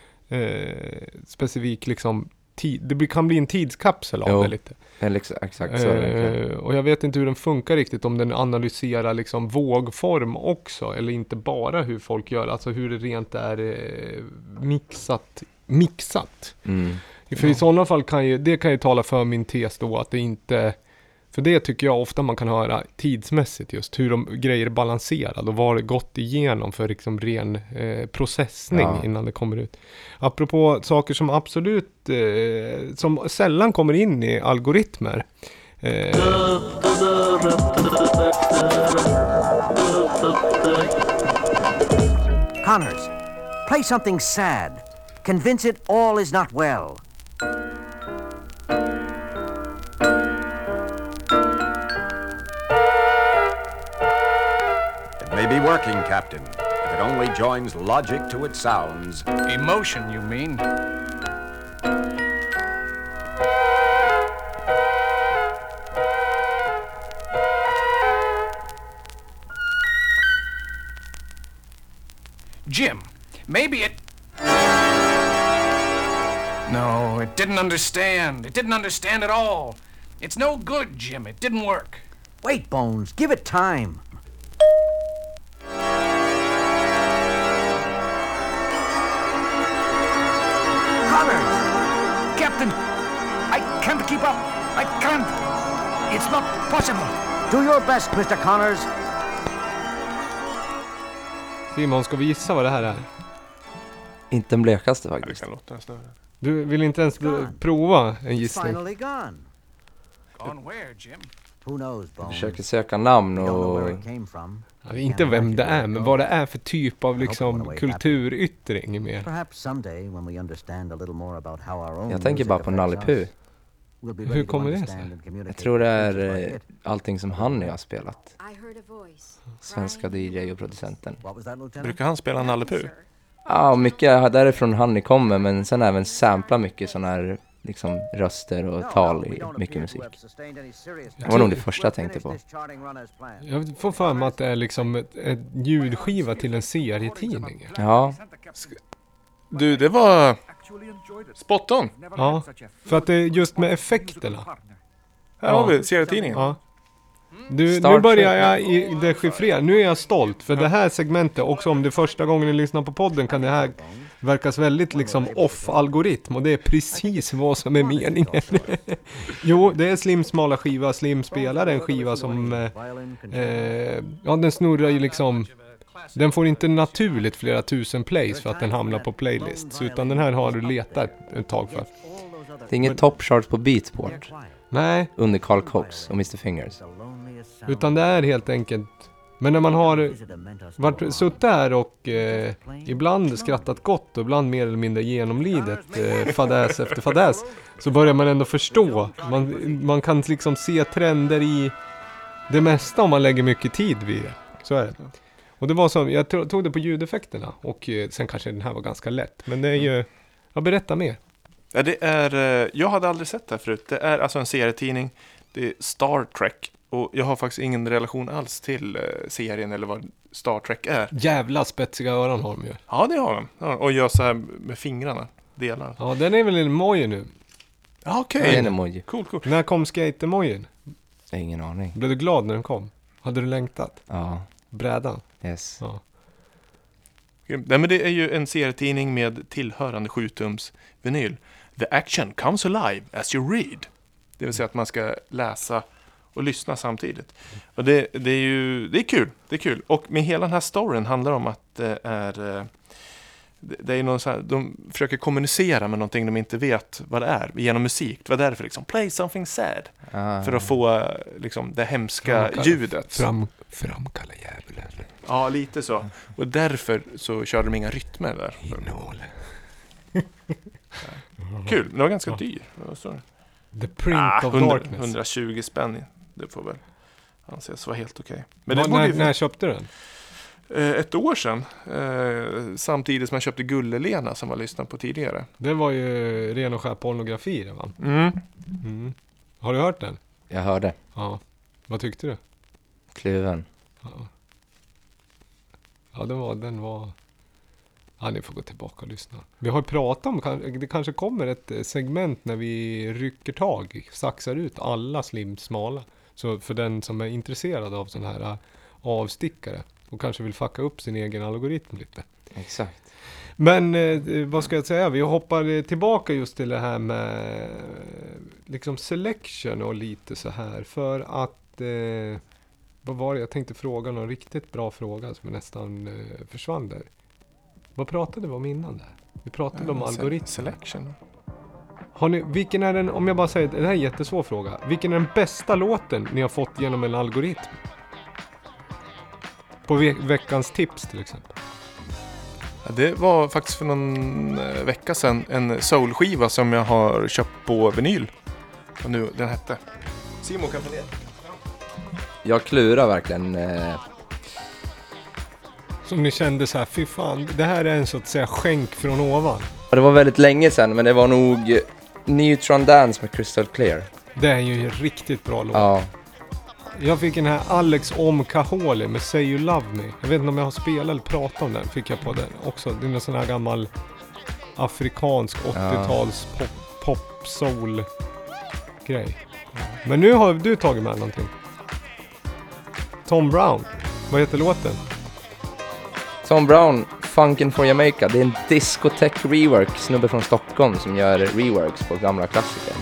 liksom tid. Det kan bli en tidskapsel av det lite. Exakt så. Och jag vet inte hur den funkar riktigt, om den analyserar liksom vågform också, eller inte bara hur folk gör, alltså hur det rent är mixat. För i sådana fall kan ju tala för min tes då, att det inte, för det tycker jag ofta man kan höra tidsmässigt, just hur de grejer är balanserade och vad det gått igenom för liksom ren processning innan det kommer ut. Apropå saker som absolut som sällan kommer in i algoritmer, Connors, play something sad. Convince it all is not well. It may be working, Captain, if it only joins logic to its sounds. Emotion, you mean? Jim, maybe it... No, it didn't understand. It didn't understand at all. It's no good, Jim. It didn't work. Wait, Bones, give it time. Connors! Captain, I can't keep up. I can't. It's not possible. Do your best, Mr. Connors. Simon, ska vi gissa vad det här är? Inte den blekaste Det faktiskt. kan låta snarare. Du vill inte ens prova en It's gissning? finally gone. Gone where, Jim? Who knows, Bones? Försöker söka namn We don't know och... where it came from. Ja, inte vem det är, men vad det är för typ av liksom kulturyttring mer. Perhaps someday when we understand a little more about how our own Jag tänker music bara på affects Nalle Puh. us, we'll be Hur ready to kommer det understand sig? and communicate Jag tror det är with things like it. allting som Hanny har spelat. I heard a voice. Svenska DJ och producenten. What was that, Lieutenant? Brukar han spela Nalle Puh? Ja, mycket därifrån Hanny kommer, men sen även sampla mycket sådana här liksom röster och tal i mycket musik. Det var nog det första jag tänkte på. Jag får för mig att det är liksom ett ljudskiva till en serietidning. Ja, Du, det var spot on. Ja, för att det är just med effekterna. Här har vi serietidningen. Ja. Du, Star nu börjar Trek. jag i dechiffrera. Nu är jag stolt för det här segmentet, också om det är första gången ni lyssnar på podden, kan det här verkas väldigt liksom off-algoritm, och det är precis vad som är meningen. Jo, det är Slims smala skiva. Slim spelar en skiva som ja, den snurrar ju liksom, den får inte naturligt flera tusen plays för att den hamnar på playlists, utan den här har du letat ett tag för. det är inget top chart på Beatport Nej, under Carl Cox och Mr. Fingers. utan det är helt enkelt, men när man har suttit där och ibland skrattat gott och ibland mer eller mindre genomlidet fadäs efter fadäs, så börjar man ändå förstå. Man kan liksom se trender i det mesta om man lägger mycket tid vid det. Så är det. Och det var så, jag tog det på ljudeffekterna, och sen kanske den här var ganska lätt. Men det är ju, jag berättar mer. Ja, det är, jag hade aldrig sett det här förut. Det är alltså en serietidning. Det är Star Trek. Och jag har faktiskt ingen relation alls till serien eller vad Star Trek är. Jävla spetsiga öron har de ju. Ja, det har de. Ja, och gör så här med fingrarna. Delar. Ja, den är väl en emoji nu. Ja, okej. Det är en emoji. Cool. När kom skate-emojin? Jag har ingen aning. Blev du glad när den kom? Hade du längtat? Ja, Brädan? yes. Ja. Nej, men det är ju en serietidning med tillhörande 7-tums vinyl. The action comes alive as you read. Det vill säga att man ska läsa och lyssna samtidigt. Och det är ju, det är kul. Det är kul. Och med hela den här storyn handlar om att det är någon så här, de försöker kommunicera med någonting de inte vet vad det är genom musik. Det var därför liksom play something sad. För att få liksom det hemska ljudet. Framkalla djävulen. Ja, lite så. Och därför så körde de inga rytmer där. Kul, men det var ganska dyr. Vad står det? The Print of Darkness. 120 spänn. Det får väl anses vara helt okej. Men det När köpte du den? ett år sedan. Samtidigt som jag köpte Gulle-Lena som var lyssnat på tidigare. Det var ju ren och skär pornografi, det, va? Mm. Har du hört den? Jag hörde. Ja. Vad tyckte du? Kluven. Ja, den var... Ja, ni får gå tillbaka och lyssna. Vi har pratat om, det kanske kommer ett segment när vi rycker tag, saxar ut alla Slim smala. Så för den som är intresserad av sån här avstickare och kanske vill fucka upp sin egen algoritm lite. Exakt. Men vad ska jag säga? Vi hoppar tillbaka just till det här med liksom selection och lite så här. För att, vad var det? Jag tänkte fråga någon riktigt bra fråga som nästan försvann där. Vad pratade vi om innan där? Vi pratade om algoritmer. Selection. Har ni, vilken är den, om jag bara säger, det här är en jättesvår fråga. Vilken är den bästa låten ni har fått genom en algoritm? På veckans tips till exempel. Ja, det var faktiskt för någon vecka sedan en soulskiva som jag har köpt på vinyl. Och nu den hette. Simon kan få ner. Jag klurar verkligen. Som ni kände så här, fy fan, det här är en så att säga skänk från ovan. Det var väldigt länge sedan, men det var nog Neutron Dance med Crystal Clear. Det är ju en riktigt bra låt. Ja. Jag fick den här Alex Omkaholi med Say You Love Me. Jag vet inte om jag har spelat eller pratat om den. Fick jag på den också. Det är en sån här gammal afrikansk 80-tals pop soul grej. Men nu har du tagit med någonting. Tom Brown. Vad heter låten? Tom Brown, Funkin' for Jamaica. Det är en discotheque rework, snubbe från Stockholm som gör reworks på gamla klassiker.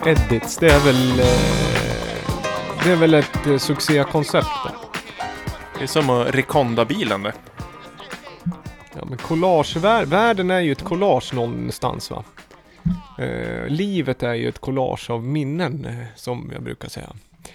edits, det är väl ett succékoncept då. Det är som att Rekonda-bilen det. Ja, men collagevärlden är ju ett collage någonstans, va? Livet är ju ett collage av minnen, som jag brukar säga.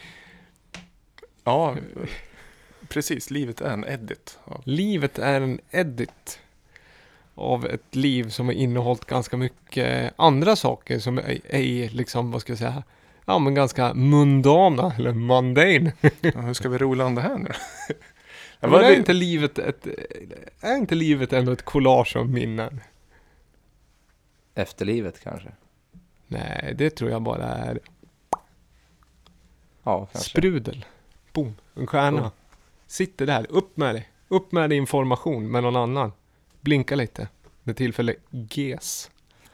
Ja, precis. Livet är en edit. Ja. Livet är en edit av ett liv som har innehållit ganska mycket andra saker som är liksom, vad ska jag säga, ja men ganska mundana eller mundane. Ja, hur ska vi rola om det här nu? Ja, men är inte livet ändå ett collage av minnen? Efterlivet kanske. Nej, det tror jag bara är Ja, kanske. sprudel. Boom, en stjärna. Boom. Sitter där, upp med dig. Upp med dig information med någon annan. Blinka lite. Det tillfälle GES.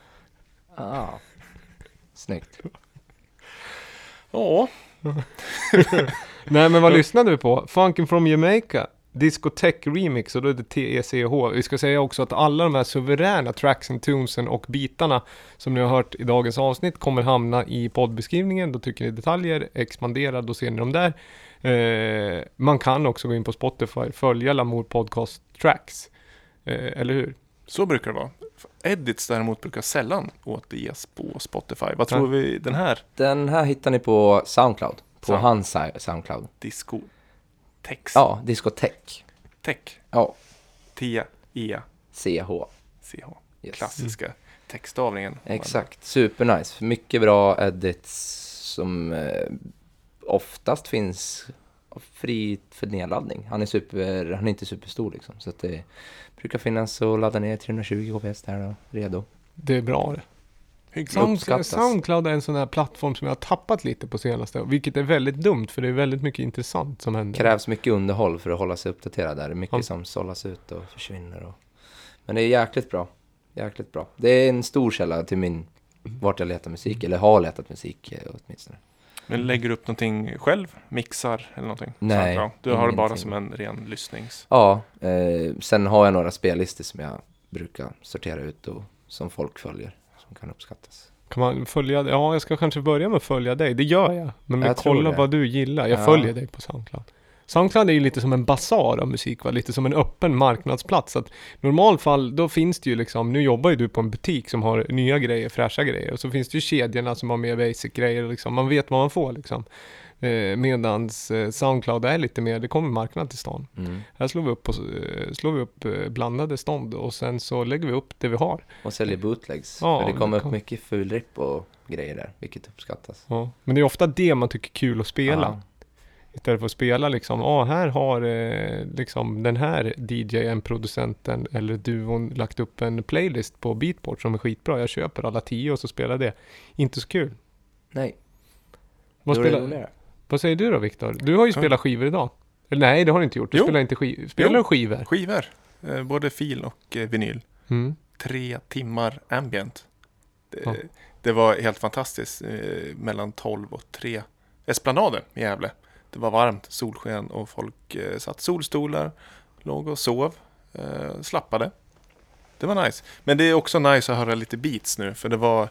Snyggt. Ja, Nej, men vad lyssnade vi på? Funkin' from Jamaica. Discotheque Remix, och då är det TECH. Vi ska säga också att alla de här suveräna tracksen, tunesen och bitarna som ni har hört i dagens avsnitt kommer hamna i poddbeskrivningen. Då tycker ni detaljer, expandera, då ser ni dem där. Man kan också gå in på Spotify, följa Lamour Podcast Tracks. Eller hur? så brukar det vara. Edits däremot brukar sällan återges på Spotify. Vad tror vi den här? Den här hittar ni på Soundcloud. På hans Soundcloud. Disco Tex. Ja, Discotheque. Tech. Ja. CH. Yes. Klassiska textstavningen. Exakt, supernice. Mycket bra edits som oftast finns fri för nedladdning. Han är inte superstor liksom. Så att det brukar finnas att ladda ner 320 kbps där och redo. Det är bra det. Uppskattas. Soundcloud är en sån här plattform som jag har tappat lite på senaste, vilket är väldigt dumt för det är väldigt mycket intressant som händer. Krävs mycket underhåll för att hålla sig uppdaterad där. Det är mycket som sållas ut och försvinner. Men det är jäkligt bra. Jäkligt bra. Det är en stor källa till vart jag letar musik, eller har letat musik åtminstone. Men lägger du upp någonting själv? Mixar eller någonting? Nej. Du har det bara som en ren lyssnings. Ja, sen har jag några spellistor som jag brukar sortera ut och som folk följer, som kan uppskattas. Kan man följa dig? Ja, jag ska kanske börja med att följa dig. Det gör jag. Men Jag kolla det. vad du gillar. Jag följer dig på Soundcloud. Soundcloud är ju lite som en basar av musik, va? Lite som en öppen marknadsplats. Att normalt fall, då finns det ju liksom, nu jobbar ju du på en butik som har nya grejer, fräscha grejer. Och så finns det ju kedjorna som har mer basic grejer. Liksom. Man vet vad man får liksom. Medans Soundcloud är lite mer, det kommer marknad till stan. Här slår vi upp blandade stånd och sen så lägger vi upp det vi har. Och säljer bootlegs. Ja, för det kommer upp mycket fulripp och grejer där, vilket uppskattas. Ja, men det är ofta det man tycker är kul att spela. Ja. Istället för att spela liksom, här har liksom den här DJ:n, producenten eller duon lagt upp en playlist på Beatport som är skitbra. Jag köper alla 10 och så spelar det. Inte så kul. Nej. Vad säger du då, Viktor? Du har ju spelat skivor idag. Eller nej, det har du inte gjort. Du spelar inte skivor. Spelar du skivor? Skivor. Både fil och vinyl. 3 timmar ambient. Det var helt fantastiskt. Mellan 12 och 3. Esplanaden i Gävle. Det var varmt, solsken och folk satt solstolar, låg och sov, slappade. Det var nice. Men det är också nice att höra lite beats nu, för det var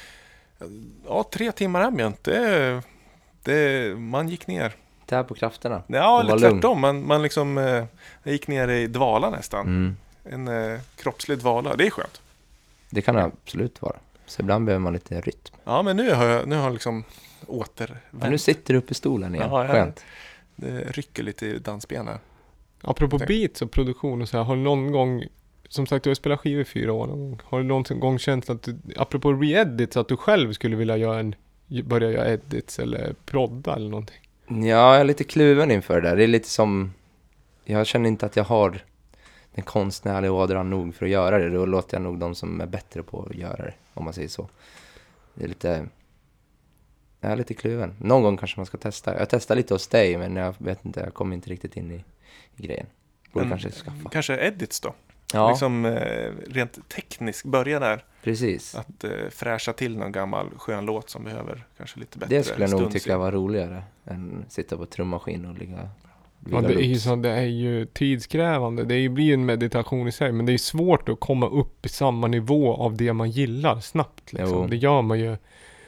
3 timmar ambient. Man gick ner. Där på krafterna. Ja, eller tvärtom. Man liksom gick ner i dvala nästan. En kroppslig dvala. Det är skönt. Det kan det absolut vara. Så ibland behöver man lite rytm. Ja, men nu har jag liksom återvänt. Ja, nu sitter du uppe i stolen igen. Ja, skönt. Det rycker lite i dansbenen. Apropå beats och produktion och så här, har du någon gång, som sagt du har spelat skivor i 4 år någon gång, har du någon gång känt att du, apropå re-edits, att du själv skulle vilja börja göra edits eller prodda eller någonting? Ja, jag är lite kluven inför det där. Det är lite som, jag känner inte att jag har den konstnärliga ådran nog för att göra det. Då låter jag nog de som är bättre på att göra det, om man säger så. Det är lite... Jag är lite kluven. Någon gång kanske man ska testa. Jag testar lite hos dig, men jag vet inte, jag kommer inte riktigt in i grejen. Borde kanske skaffa. Kanske edits då? Ja. Liksom rent tekniskt börja där. Precis. Att fräscha till någon gammal skön låt som behöver kanske lite bättre. Det skulle jag nog tycka var roligare än sitta på trummaskin och ligga. Ja, det är ju tidskrävande. Det blir ju en meditation i sig, men det är svårt att komma upp i samma nivå av det man gillar snabbt. Liksom. Det gör man ju.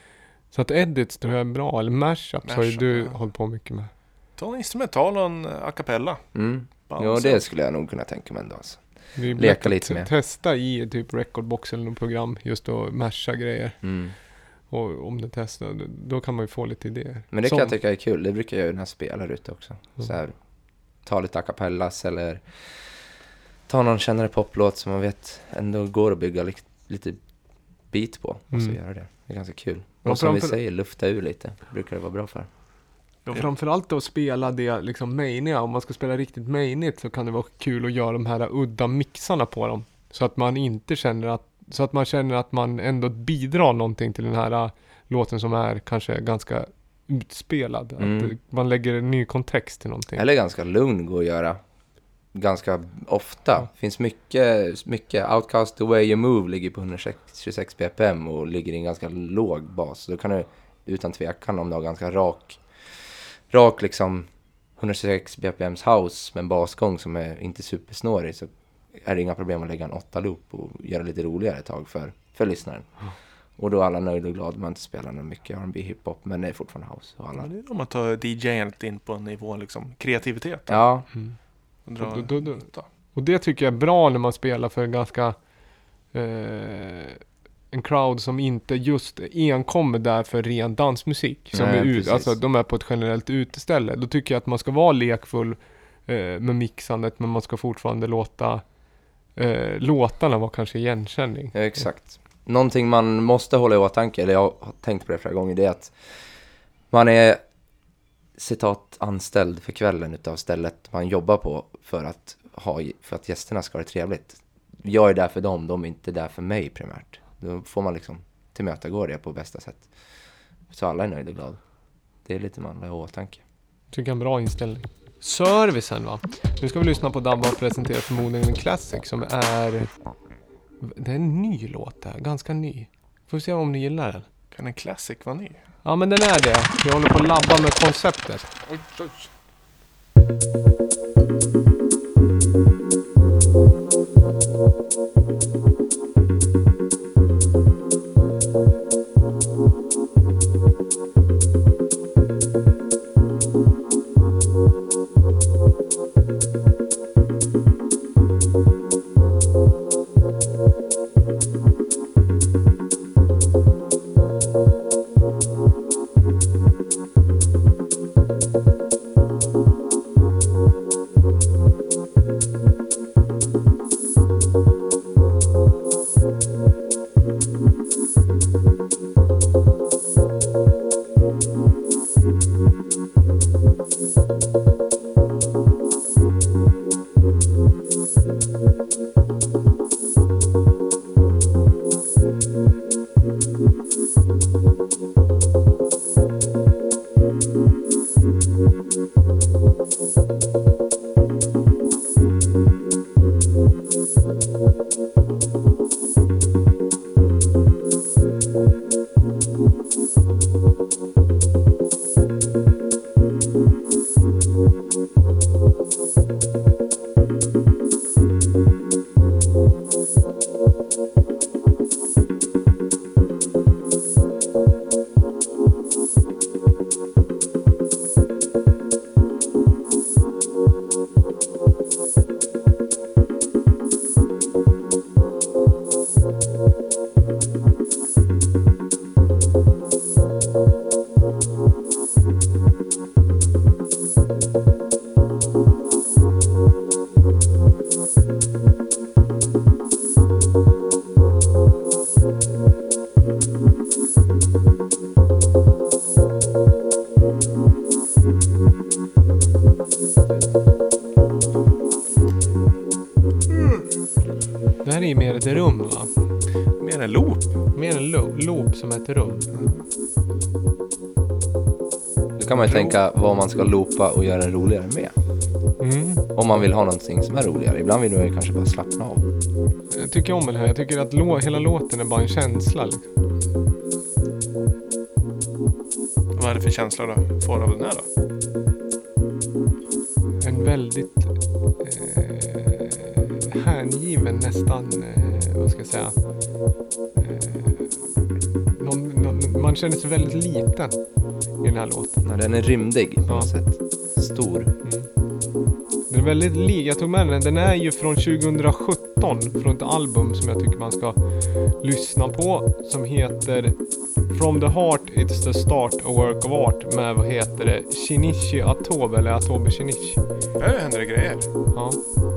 Så att edits tror jag är bra, eller mashups har ju Mashup, du ja. hållit på mycket med. Ta en instrumental och en a cappella. Jo, det skulle jag nog kunna tänka mig ändå. Alltså. Vi Leka lite med. Testa i typ Recordbox eller något program just att masha grejer. Och om det testar, då kan man ju få lite idéer. Men det kan jag tycka är kul. Det brukar jag göra när jag spelar ute också. Så här, ta lite a cappellas eller ta någon kännare poplåt som man vet ändå går att bygga lite beat på. Och så göra det. Det är ganska kul. Och som vi säger, lufta ur lite. Brukar det vara bra för. Ja, framförallt att spela det liksom mainiga. Om man ska spela riktigt mainigt så kan det vara kul att göra de här udda mixarna på dem. Så att man inte känner att, så att man känner att man ändå bidrar någonting till den här låten som är kanske ganska utspelad. Att man lägger en ny kontext till någonting. Eller ganska lugn går att göra. Ganska ofta. Finns mycket Outcast The Way You Move ligger på 126 bpm och ligger i en ganska låg bas. Då kan du utan tvekan, om du har ganska rak liksom 126 bpms house med en basgång som är inte supersnårig, så är det inga problem att lägga en 8-loop och göra lite roligare ett tag för lyssnaren. Och då är alla nöjda och glada. Man inte spelar något mycket R&B hiphop, men det är fortfarande house. Och alla. Det är om man tar DJ:n in på en nivå liksom kreativitet. Ja. Och det tycker jag är bra när man spelar för en ganska en crowd som inte just enkommer där för ren dansmusik. Som är alltså de är på ett generellt uteställe. Då tycker jag att man ska vara lekfull med mixandet, men man ska fortfarande låta låtarna vara kanske igenkänning. Ja, exakt. Någonting man måste hålla i åtanke, eller jag har tänkt på det flera gånger, det är att man är citat anställd för kvällen utav stället man jobbar på för att gästerna ska ha det trevligt. Jag är där för dem, de är inte där för mig primärt. Då får man liksom tillmötesgå det på bästa sätt. Så alla är nöjda och glada. Det är lite man har i åtanke. Tycker jag är en bra inställning. Servicen, va? Nu ska vi lyssna på Dabba och presentera förmodligen en classic som är... Det är en ny låt där, ganska ny. Får vi se om ni gillar den. Kan en classic vara ny? Ja, men den är det. Jag håller på att labba med konceptet. Det här är ju mer ett rum, va? Mer en loop. Mer en loop som ett rum. Då kan man ju tänka vad man ska loopa och göra det roligare med. Om man vill ha någonting som är roligare. Ibland vill man ju kanske bara slappna av. Jag tycker om det här. Jag tycker att hela låten är bara en känsla. Liksom. Vad är det för känsla du får av den här då? En väldigt hängiven nästan, vad ska jag säga, man känner sig väldigt liten i den här låten. Ja, den är rymdig på något sätt. Stor. Den är väldigt jag tog med den. Den är ju från 2017 från ett album som jag tycker man ska lyssna på som heter From the Heart It's the Start a Work of Art med vad heter det? Shinichi Atobe eller Atobe Shinichi. Det händer det grejer. Ja.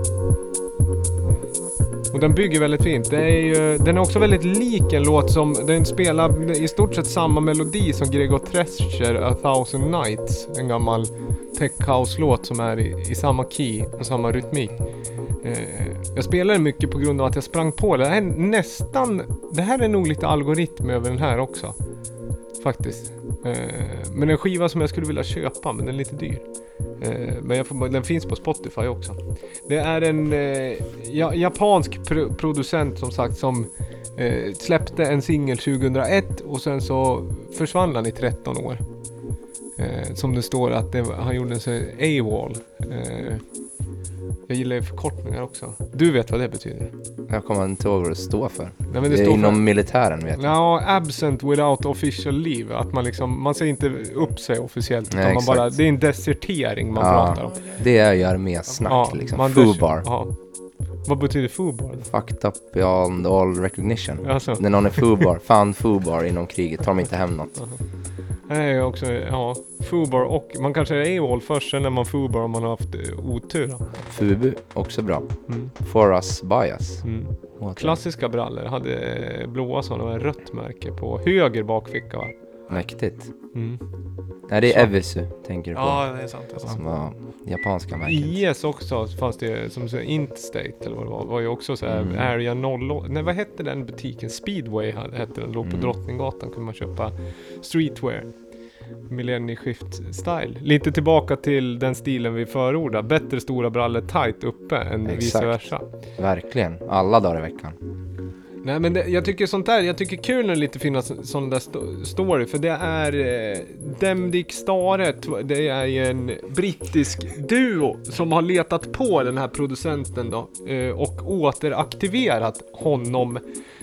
Och den bygger väldigt fint. Den är också väldigt lik en låt som den spelar i stort sett samma melodi som Gregor Thresher A Thousand Nights. En gammal tech house-låt som är i samma key och samma rytmik. Jag spelar den mycket på grund av att jag sprang på det. Det här är nog lite algoritm över den här också. Faktiskt. Men en skiva som jag skulle vilja köpa, men den är lite dyr. Men den finns på Spotify också. Det är en japansk producent som sagt som släppte en singel 2001 och sen så försvann han i 13 år. Som det står att han gjorde sig AWOL. Jag gillar ju förkortningar också. Du vet vad det betyder? Jag kommer inte ihåg vad det står för. Nej, men det är står inom militären vet jag. Ja, absent without official leave. Att man säger inte upp sig officiellt. Nej, utan det är en desertering man pratar om. Det är ju armésnack Ja, liksom. Foobar. Ja. Vad betyder foobar? Fucked up beyond all recognition. Alltså. När någon är foobar, fan foobar inom kriget, tar de inte hem något. Det är också, foobar och man kanske är AWOL först sen när man foobar om man har haft otur. Då. Fubu, också bra. For us, by us. Klassiska brallor hade blåa sådana med rött märke på höger bakficka, va? Mäktigt. Nej, det är Evisu, tänker du på. Ja, det är sant. Som var japanska märken. IS också fanns det som så Interstate eller vad det var ju också så här Area 0. Nej, vad hette den butiken? Speedway hette den, låg på Drottninggatan, kunde man köpa streetwear. Millennieskift style. Lite tillbaka till den stilen vi förordar. Bättre stora brallor tight uppe än vice versa. Verkligen. Alla dagar i veckan. Nej, men jag tycker sånt där, jag tycker kul när det lite finns sån där story, för det är Demdik Stare, det är en brittisk duo som har letat på den här producenten då och återaktiverat honom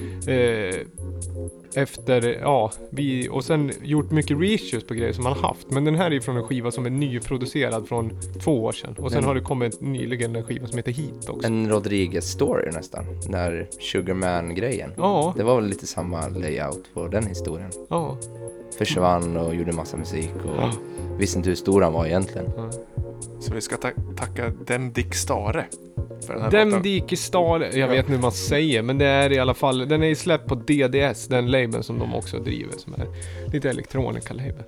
efter, och sen gjort mycket research på grejer som man haft. Men den här är från en skiva som är nyproducerad från 2 år sedan. Och sen har det kommit nyligen en skiva som heter Heat också. En Rodriguez-story nästan. När Sugarman-grejen. Ja. Det var väl lite samma layout på den historien. Ja. Försvann och gjorde massa musik och visste inte hur stor han var egentligen. Så vi ska tacka Demdik Stare för den här Demdik Stare, jag vet inte hur man säger, men det är i alla fall, den är släppt på DDS, den labeln som de också driver, som är lite elektronika-label.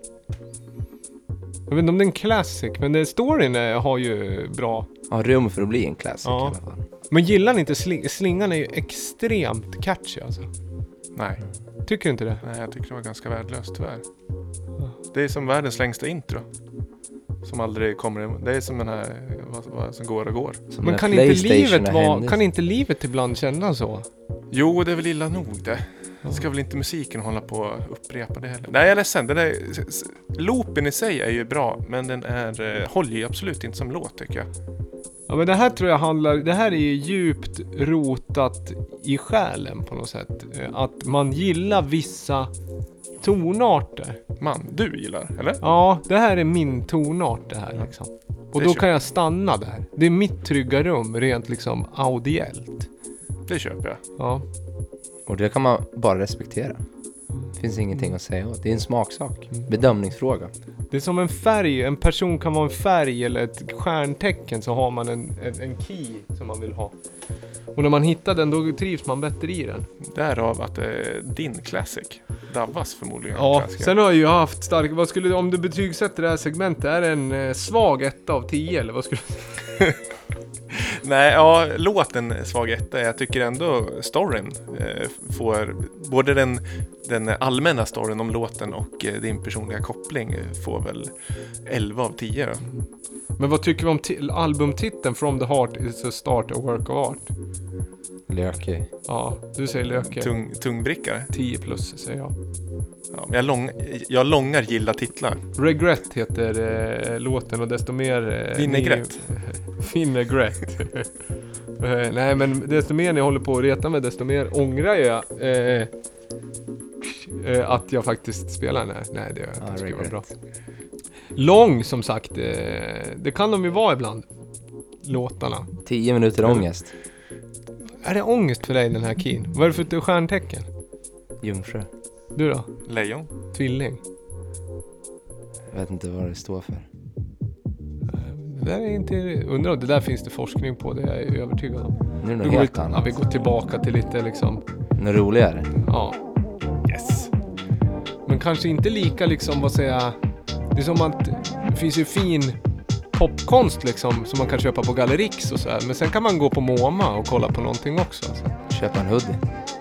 Jag vet inte om det är en classic, men storyn har ju bra. Ja, rum för att bli en classic i alla fall. Men gillar ni inte slingan är ju extremt catchy alltså. Nej. Tycker du inte det? Nej, jag tycker det var ganska värdelöst tyvärr. Det är som världens längsta intro. Som aldrig kommer. Det är som den här vad som går och går. Som men kan inte livet ibland kännas så? Jo, det är väl illa nog det. Ska väl inte musiken hålla på att upprepa det heller. Nej, jag är ledsen. Loopen i sig är ju bra, men den håller ju absolut inte som låt, tycker jag. Ja, men det här tror jag det här är ju djupt rotat i själen på något sätt. Att man gillar vissa tonarter. Du gillar, eller? Ja, det här är min tonart det här liksom. Och då kan jag stanna där. Det är mitt trygga rum rent liksom audiellt. Det köper jag. Ja. Och det kan man bara respektera. Det finns ingenting att säga åt. Det är en smaksak. Bedömningsfråga. Det är som en färg. En person kan vara en färg eller ett stjärntecken, så har man en key som man vill ha. Och när man hittar den, då trivs man bättre i den. Därav att det är din classic. Davas förmodligen. Ja, sen har jag ju haft stark... om du betygsätter det här segmentet, är det en svag 1 av 10 eller vad skulle du... Nej, låten svag 1. Jag tycker ändå storyn får... Både den allmänna storyn om låten och din personliga koppling får väl 11 av 10 då. Men vad tycker vi om albumtiteln From the Heart is a Start a Work of Art? Löke. Ja, du säger löke. Tungbrickare. 10+ säger jag. Ja, men jag långar gilla titlar. Regret heter låten och desto mer... Vinaigrette. Vinaigrette. Nej, men desto mer ni håller på att reta med, desto mer ångrar jag att jag faktiskt spelar den här. Nej, det gör jag inte. Det var regret. bra. Lång som sagt, det kan de ju vara ibland. Låtarna. 10 minuter ångest. Är det ångest för dig den här keyn? Vad är det för stjärntecken? Jungfru. Du då? Lejon. Tvilling? Jag vet inte vad det står för. Det där är inte... Undrar om det där finns det forskning på, det är jag övertygad om. Nu är det Vi något går, helt ja, annat. vi går tillbaka till lite liksom... Något roligare. Ja. Yes. Men kanske inte lika liksom, vad säger jag... Det är som att det finns ju fin popkonst liksom som man kan köpa på Gallerix och så här. Men sen kan man gå på MoMA och kolla på någonting också. Så. Köpa en hoodie.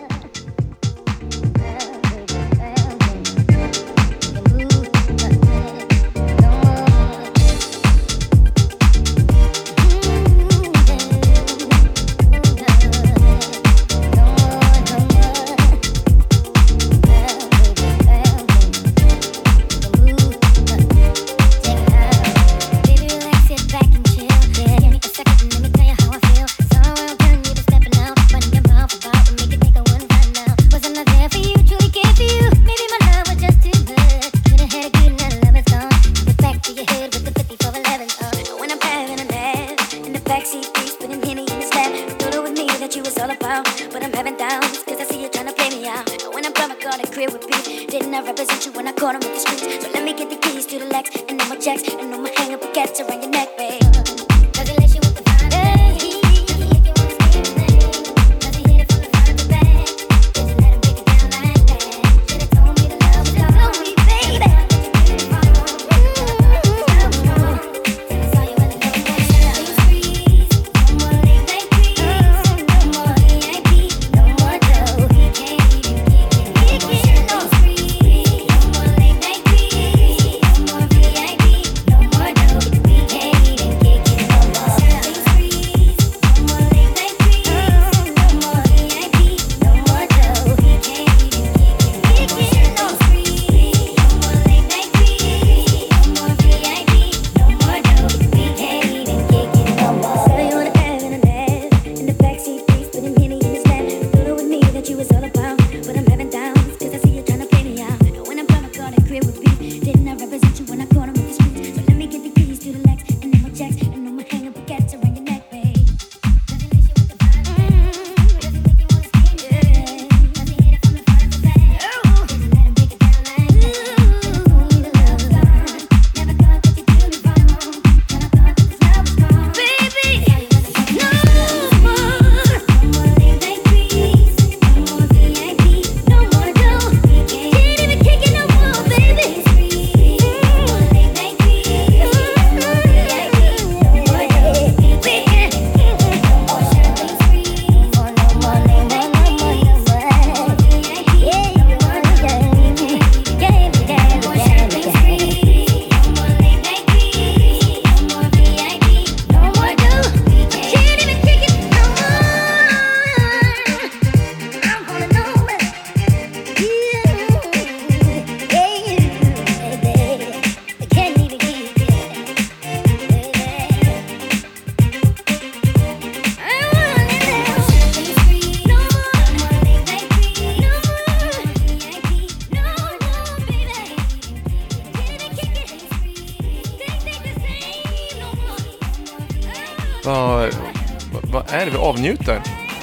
Vad är det vi avnjuter?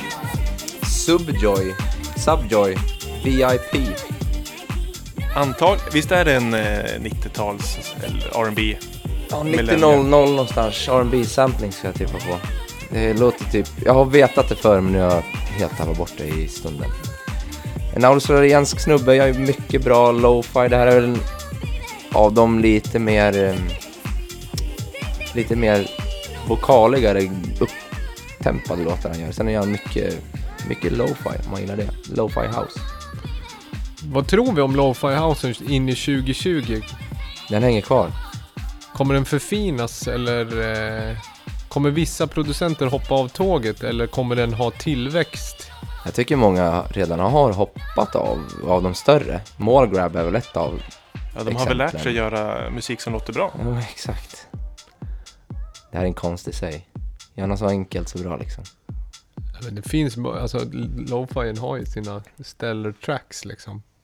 Subjoy, VIP. Visst är det en 90-tals eller R&B? Ja, 90-00 någonstans. R&B-sampling ska jag tippa på. Det låter typ... Jag har vetat det förr, men nu har jag helt tappat bort det i stunden. En australiensk snubbe, jag är mycket bra lo-fi. Det här är väl av de lite mer vokaligare upptempade låtar han gör. Sen är han mycket lo-fi, om man gillar det. Lo-fi house. Vad tror vi om lo-fi house in i 2020? Den hänger kvar. Kommer den förfinas eller kommer vissa producenter hoppa av tåget eller kommer den ha tillväxt? Jag tycker många redan har hoppat av de större. Mallgrab är väl ett av Ja, de har väl lärt sig göra musik som låter bra. Ja, exakt. Det här är en konst i sig. Gärna så enkelt så bra liksom. Men det finns, alltså lo-fi har ju sina stellar tracks liksom.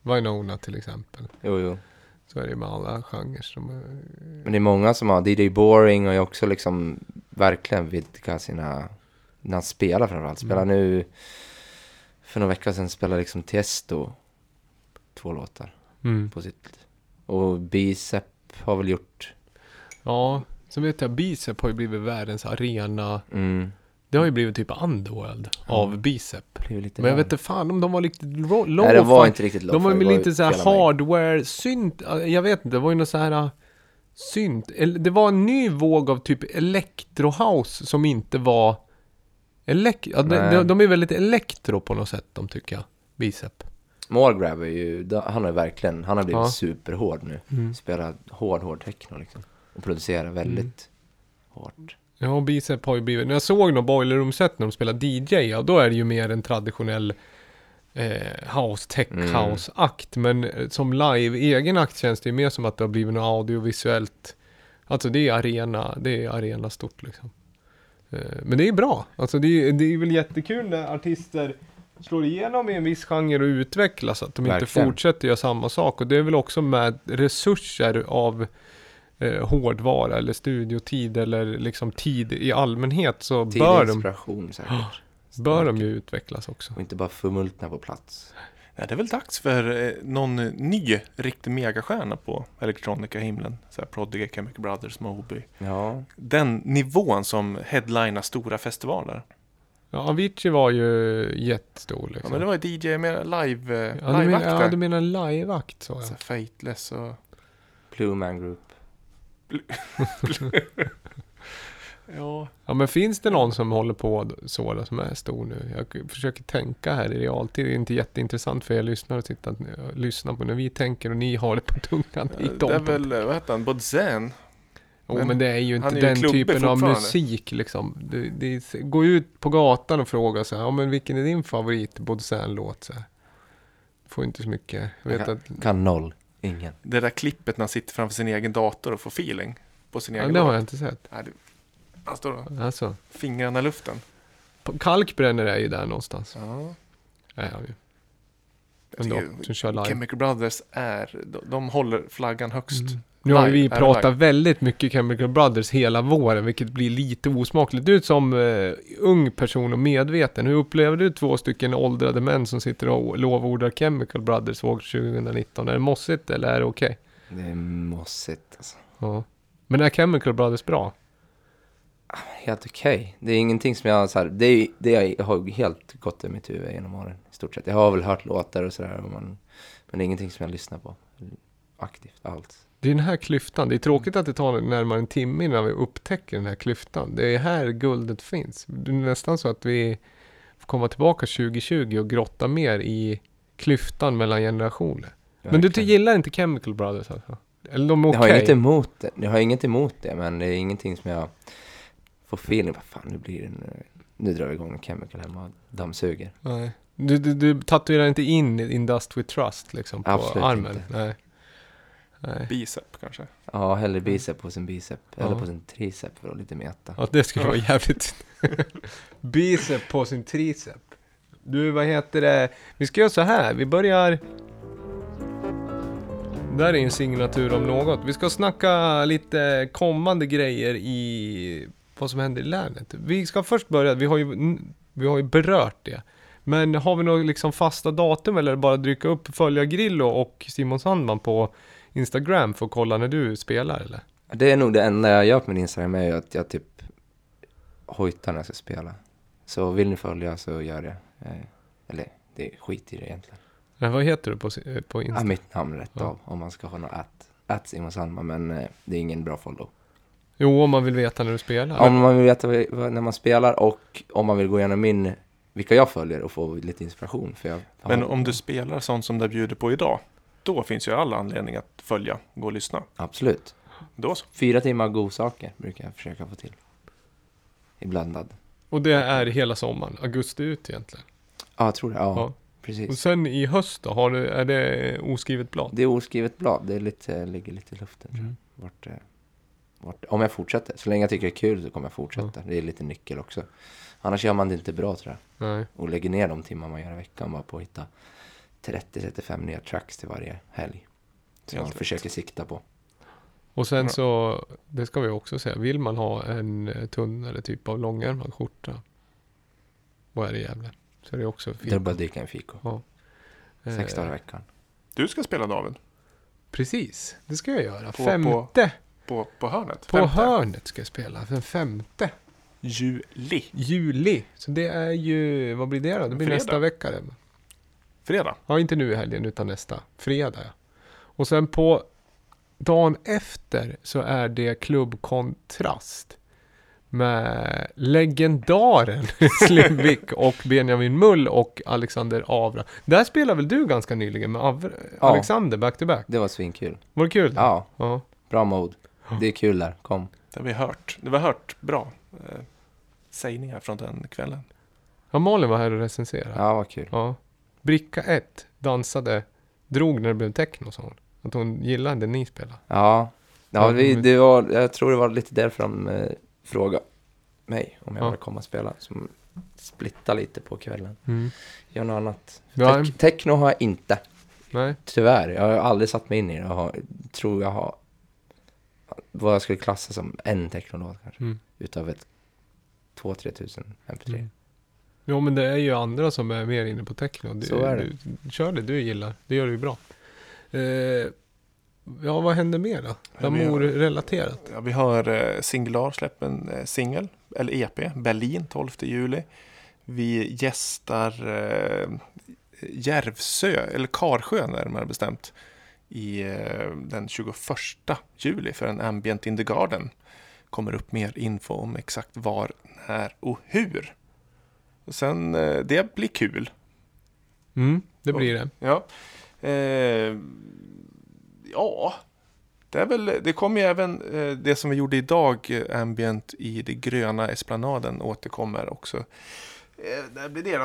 Winona till exempel. Jo. Så är det med alla genrer som Men det är många som har DJ Boring och jag också liksom verkligen vidgat sina, när han spelar framförallt. Spelar nu, för några veckor sedan spelade liksom Tiesto 2 låtar på sitt. Och Bicep har väl gjort. Ja, så vet jag, Bicep har ju blivit världens arena. Det har ju blivit typ Underworld av Bicep. Men jag vet inte fan om de var riktigt low. Nej, det var inte riktigt low. De var väl lite så här hardware synt. Jag vet inte, det var ju något så här synt. Det var en ny våg av typ electro-house som inte var de är väldigt elektro på något sätt, de tycker jag. Bicep. Morgrab är ju, han har blivit superhård nu. Spelar hård techno liksom. Och producerar väldigt hårt. Ja, Bicep har ju blivit... När jag såg någon Boiler Room-set när de spelar DJ, ja, då är det ju mer en traditionell house, tech house-akt. Men som live, egen akt känns det ju mer som att det har blivit något audiovisuellt. Alltså det är arena stort liksom. Men det är bra. Alltså det är väl jättekul när artister slår igenom i en viss genre och utvecklas, så att de inte fortsätter göra samma sak. Och det är väl också med resurser av hårdvara eller studiotid eller liksom tid i allmänhet, så inspiration säkert. Bör de ju utvecklas också. Och inte bara förmultna på plats. Ja, det är väl dags för någon ny riktig megastjärna på elektronika-himlen. Så här Prodigy, Chemical Brothers, Moby. Ja. Den nivån som headlinar stora festivaler. Ja, Avicii var ju jättestor liksom. Ja, men det var DJ med live-akt. Ja, du menar live-akt så. Så Fateless och... Blue Man Group. Ja, men finns det någon som håller på så där, som är stor nu? Jag försöker tänka här i realtid. Det är inte jätteintressant för er lyssnare att sitta och lyssna på när vi tänker och ni har det på tungan. Det är väl, vad heter han, Bodzen? Men det är ju inte den typen av musik liksom. Det gå ut på gatan och fråga så här, men vilken är din favorit Bodzen-låt? Så här. Får inte så mycket. Kan noll. Ingen. Det där klippet när han sitter framför sin egen dator och får feeling på sin egen det har jag inte sett. Nej, han står då. Alltså. Fingrarna i luften. Kalkbränner är ju där någonstans. Ja. Chemical Brothers de håller flaggan högst. Nu har vi pratat väldigt mycket Chemical Brothers hela våren, vilket blir lite osmakligt. Du som ung person och medveten, hur upplever du 2 stycken åldrade män som sitter och lovordar Chemical Brothers år 2019? Är det mossigt eller är det okej? Det är mossigt alltså. Ja. Men är Chemical Brothers bra? Helt okej. Det är ingenting som jag så här, det har helt gått i mitt huvud genom åren i stort sett. Jag har väl hört låtar och sådär, men det är ingenting som jag lyssnar på aktivt alls. Det är den här klyftan. Det är tråkigt att det tar närmare en timme innan vi upptäcker den här klyftan. Det är här guldet finns. Det är nästan så att vi får komma tillbaka 2020 och grotta mer i klyftan mellan generationer. Men du gillar inte Chemical Brothers alltså? Eller de är okej? Jag har inget emot det, men det är ingenting som jag får feeling. Vad fan, nu drar vi igång en Chemical hemma och dammsuger. Nej. Du tatuerar inte in Dust with Trust liksom på absolut armen? Inte. Nej. Bicep kanske? Ja, hellre bicep på sin bicep. Eller på sin tricep för att lite meta. Ja, det skulle vara jävligt. Bicep på sin tricep. Du, vad heter det? Vi ska göra så här. Vi börjar... Där är en signatur om något. Vi ska snacka lite kommande grejer i vad som händer i länet. Vi ska först börja, vi har ju berört det. Men har vi några liksom fasta datum eller bara dyka upp, följa Grillo och Simon Sandman på Instagram för att kolla när du spelar eller? Det är nog det enda jag gör på min Instagram är att jag typ hojtar när jag ska spela. Så vill ni följa så gör det. Eller det är skit i det egentligen. Men vad heter du på Instagram? Ja, mitt namn rätt av om man ska ha något att Simon Sandman, men det är ingen bra follow. Jo, om man vill veta när du spelar. Om man vill veta när man spelar och om man vill gå igenom vilka jag följer och få lite inspiration. Men om du spelar sånt som du bjuder på idag, då finns ju alla anledning att följa, gå och lyssna. Absolut. Då så. 4 timmar godsaker brukar jag försöka få till. Iblandad. Och det är hela sommaren, augusti ut egentligen? Ja, jag tror det. Ja. Precis. Och sen i höst då, är det oskrivet blad? Det är oskrivet blad, det ligger lite i luften. Om jag fortsätter, så länge jag tycker det är kul så kommer jag fortsätta. Det är lite nyckel också. Annars gör man det inte bra tror jag. Nej. Och lägger ner de timmar man gör i veckan bara på att hitta 30-35 nya tracks till varje helg. Som man försöker sikta på. Och sen så, det ska vi också säga, vill man ha en tunnare typ av långärmad skjorta, vad är det jävla? Så är det också fint. Det är bara att dricka en fiko. Ja. 6 dagar i veckan. Du ska spela, David. Precis, det ska jag göra. På hörnet. På hörnet ska jag spela, den 5 juli. Så det är ju, vad blir det då? Det blir Fredag. nästa vecka. Fredag. Ja, inte nu i helgen utan nästa fredag. Ja. Och sen på dagen efter så är det Klubb Kontrast med legendaren Slimvik och Benjamin Mull och Alexander Avra. Där spelar väl du ganska nyligen med Alexander back to back? Det var svinkul. Var det kul? Ja. Bra mode. Det är kul där. Kom. Det har vi hört. Det var hört bra sägningar från den kvällen. Ja, Malin var här och recenserade. Ja, vad kul. Ja. Bricka 1 drog när det blev techno, sa hon. Att hon gillade det ni spelade. Ja, jag tror det var lite därför de frågade mig om jag ville komma och spela. Som splitta lite på kvällen. Gör något annat. Ja. Techno har jag inte. Nej. Tyvärr, jag har aldrig satt mig in i det. Tror jag har vad jag skulle klassa som en technolåt kanske. Utav ett 2-3 tusen MP3. Ja, men det är ju andra som är mer inne på techno. Så är det. Du kör det, du gillar. Det gör du ju bra. Ja, vad händer mer då? Glamour-relaterat. Ja, vi har Singular släppt en singel, eller EP, Berlin 12 juli. Vi gästar Järvsö, eller Karsjö närmare bestämt, i den 21 juli för en Ambient in the Garden. Kommer upp mer info om exakt var, när och hur. Och sen, det blir kul. Det blir det. Ja. Ja, det kommer ju även det som vi gjorde idag, Ambient i det gröna Esplanaden, återkommer också. När blir det då?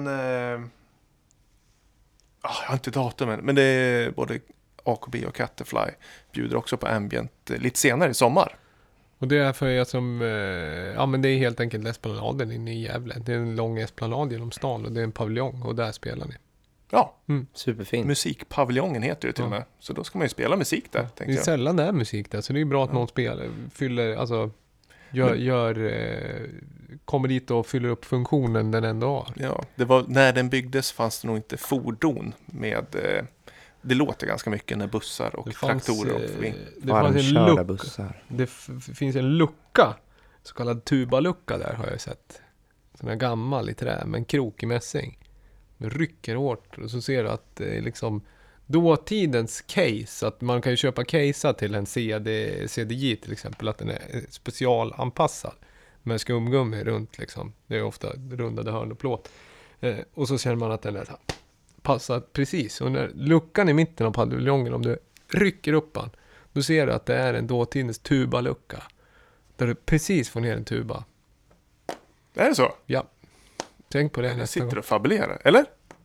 Jag har inte datumen, men det är både AKB och Catterfly bjuder också på Ambient lite senare i sommar. Och det är för er som, men det är helt enkelt Esplanaden inne i Gävle. Det är en lång esplanad genom stan och det är en paviljong och där spelar ni. Ja, Superfint. Musikpaviljongen heter det till och med. Så då ska man ju spela musik där, Det är sällan det är musik där, så det är bra att någon fyller, alltså kommer dit och fyller upp funktionen den ändå har. Ja, det var, när den byggdes fanns det nog inte fordon med, det låter ganska mycket när bussar och traktorer åker förbi. Det fanns en lucka. Bussar. Det finns en lucka, så kallad tubalucka där har jag sett. Sån här gammal i trä med en krok i mässing. Det rycker hårt och så ser du att det är liksom dåtidens case, att man kan ju köpa case till en CDJ till exempel, att den är specialanpassad med skumgummi runt liksom. Det är ofta rundade hörn och plåt. Och så känner man att den är så här, passar precis. Och när luckan i mitten av paviljongen, om du rycker upp den, då ser du att det är en dåtidens tubalucka. Där du precis får ner en tuba. Är det så? Ja. Tänk på det Jag nästa gång. sitter och fabulerar, eller?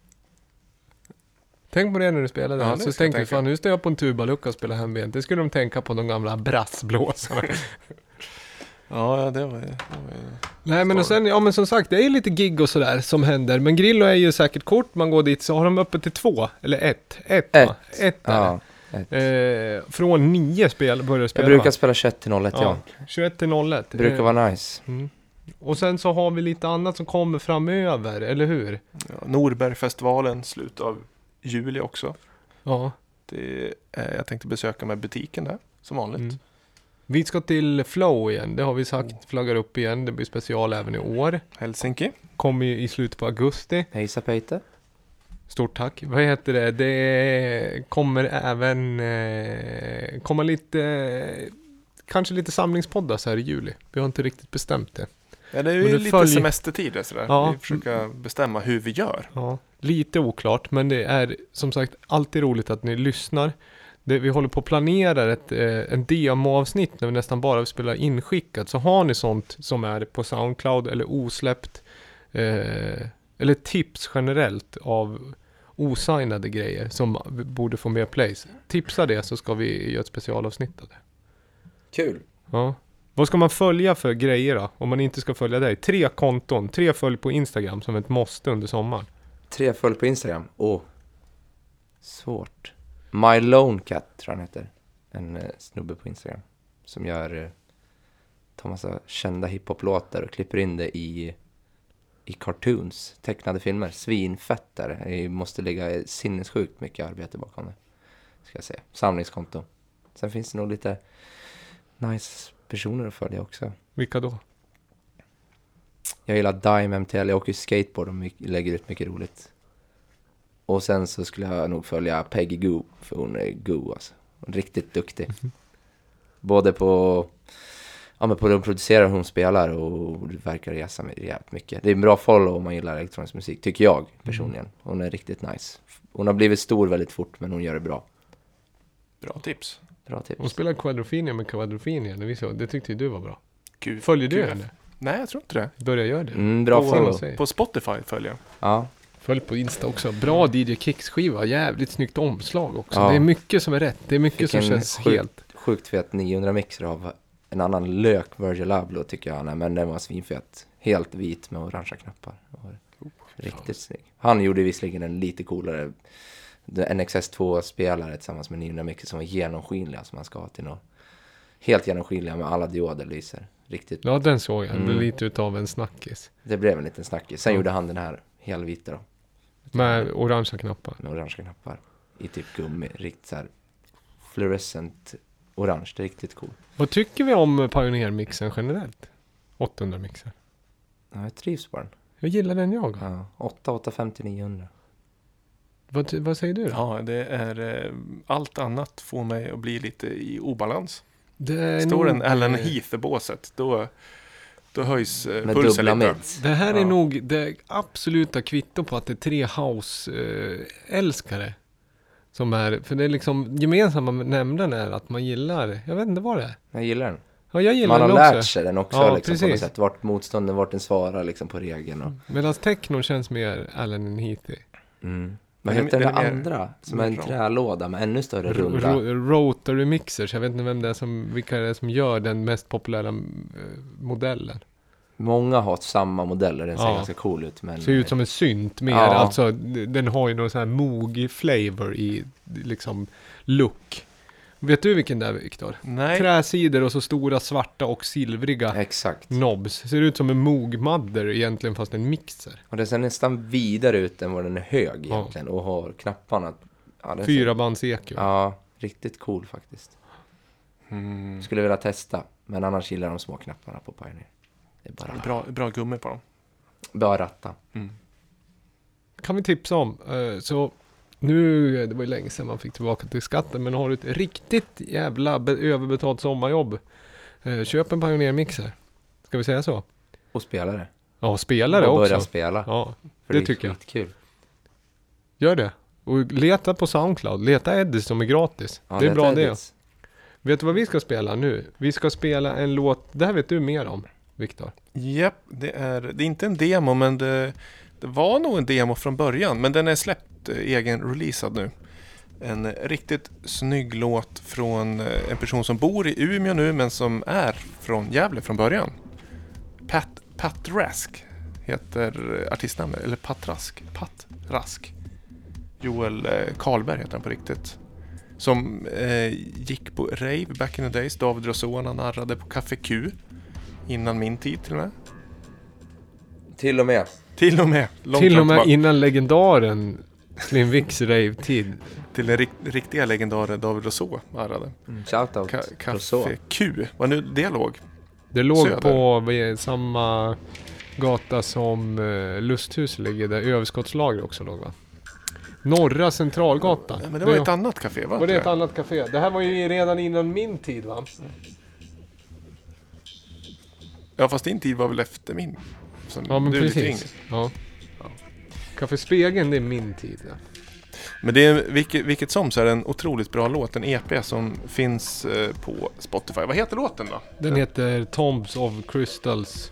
Tänk på det när du spelar där. Ja, så tänker du, fan nu står jag på en tubalucka och spelar hembent. Det skulle de tänka på de gamla brassblåsarna. Ja, det var Nej, men och sen, men som sagt, det är ju lite gig och sådär som händer. Men Grillo är ju säkert kort. Man går dit, så har de uppe till 2. Eller 1. 1 va? 1 Ja, från 9 börjar spela. jag brukar spela 21-01, ja. 21-01. Det brukar vara nice. Och sen så har vi lite annat som kommer framöver, eller hur? Ja, Norbergfestivalen, slut av juli också. Ja. Jag tänkte besöka med butiken där, som vanligt. Vi ska till Flow igen, det har vi sagt, flaggar upp igen. Det blir special även i år. Helsinki. Kommer i slutet på augusti. Hejsa Peter. Stort tack. Vad heter det? Det kommer även komma lite, kanske lite samlingspoddar så här i juli. Vi har inte riktigt bestämt det. Ja, det är ju lite semestertid sådär. Ja. Vi försöker bestämma hur vi gör. Ja, lite oklart, men det är som sagt alltid roligt att ni lyssnar. Vi håller på att planera en demo-avsnitt när vi nästan bara spelar inskickat. Så har ni sånt som är på SoundCloud eller osläppt eller tips generellt av osignade grejer som borde få mer plays. Tipsa det, så ska vi göra ett specialavsnitt av det. Kul. Ja. Vad ska man följa för grejer då? Om man inte ska följa dig. 3 konton. 3 följ på Instagram som ett måste under sommaren. 3 följ på Instagram. Svårt. My Lone Cat tror jag han heter. En snubbe på Instagram. Som tar massa kända hiphop-låtar och klipper in det i cartoons, tecknade filmer. Svinfett där. Det måste ligga sinnessjukt mycket arbete bakom det. Ska jag säga. Samlingskonto. Sen finns det nog lite nice personer att följa också. Vilka då? Jag gillar Dime MTL. Jag åker skateboard och lägger ut mycket roligt. Och sen så skulle jag nog följa Peggy Goo. För hon är Goo alltså. Hon är riktigt duktig. Både på de producerar hon spelar och det verkar resa med jävligt mycket. Det är en bra follow om man gillar elektronisk musik, tycker jag personligen. Hon är riktigt nice. Hon har blivit stor väldigt fort, men hon gör det bra. Bra tips. Hon spelar Quadrophenia med Quadrophenia. Det tyckte ju du var bra. Gud, följer du henne? Nej, jag tror inte det. Börja göra det. Bra follow. På Spotify följer jag. Ja. Följ på Insta också. Bra DJ Kicks-skiva. Jävligt snyggt omslag också. Ja. Det är mycket som är rätt. Det är mycket som känns helt... Sjukt fet 900 mixer av en annan lök, Virgil Abloh tycker jag han är. Men den var svinfet. Helt vit med orangea knappar. Riktigt snygg. Han gjorde visserligen en lite coolare NXS2-spelare tillsammans med 900 mixer som var genomskinliga. Som man ska ha till något. Helt genomskinliga med alla dioder lyser. Riktigt. Ja, den såg jag. Det blev lite utav en snackis. Det blev en liten snackis. Sen gjorde han den här helvita då. Med orangea knappar. Med orangea knappar. I typ gummi. Riktigt så här fluorescent orange. Det är riktigt cool. Vad tycker vi om Pioneer-mixen generellt? 800-mixen. Ja, jag trivs på den. Jag gillar den jag. Ja, 850, 900. Vad säger du då? Ja, det är allt annat får mig att bli lite i obalans. Det Står en Alan Heath i båset, då höjs med pulsen dubbla lite. mids. Det här är nog det absoluta kvitto på att det är 3 house-älskare. Som är, för det är liksom gemensamma nämnden är att man gillar, jag vet inte vad det är. Jag gillar den. Ja, jag gillar man har den lärt också. sig den också Ja, liksom, på något sätt. Vart motstånden, vart den svarar liksom på regeln. Och... Medan techno känns mer Alan Heathy. Vad heter den andra? Som är en trälåda med ännu större runda. Rotary mixers. Jag vet inte vilka det är som gör den mest populära modellen. Många har samma modeller. Den ser ganska cool ut. Men... ser ut som en synt mer. Ja. Alltså, den har ju någon sån här moog-flavor i liksom look. Vet du vilken det är, Viktor? Nej. Träsidor och så stora svarta och silvriga knobs. Ser ut som en moog-madder egentligen fast en mixer. Och det ser nästan vidare ut än vad den är hög egentligen. Och har knapparna. Ja, 4-bands-EQ. Ja, riktigt cool faktiskt. Skulle vilja testa. Men annars gillar de små knapparna på Pioneer. Det är bara... bra gummi på dem. Bara ratta. Kan vi tipsa om. Så nu, det var ju länge sedan man fick tillbaka till skatten. Men har du ett riktigt jävla överbetalt sommarjobb. Köp en Pioneer-mixer. Ska vi säga så? Och spelare. Ja, spelare också. Och börja spela. Ja, för det tycker jag. Kul. Gör det. Och leta på SoundCloud. Leta Edis som är gratis. Ja, det är bra det. Vet du vad vi ska spela nu? Vi ska spela en låt. Det här vet du mer om, Viktor. Japp, det är inte en demo, men det var nog en demo från början. Men den är släppt egen-releasad nu. En riktigt snygg låt från en person som bor i Umeå nu, men som är från Gävle från början. Pat Rask heter artistnamnet, eller Pat Rask. Joel Karlberg heter han på riktigt. Som gick på rave back in the days. David Rosona narrade på Café Q innan min tid till och med. Till och med. Till och med innan legendaren Slim Vicks rave-tid. Till den riktiga legendaren David Rosona narrade. Shoutout Café Q. Vad nu det låg? Det låg på samma gata som Lusthus ligger, där överskottslager också låg, va? Norra Centralgatan. Ja, men det var ett annat café, va? Var det ett annat café? Det här var ju redan innan min tid, va? Ja, fast din tid var väl efter min. Ja, men precis. Ja. Café Spegeln, det är min tid, ja. Men det är, vilket som så är en otroligt bra låt. En EP som finns på Spotify. Vad heter låten då? Den heter Tombs of Crystals.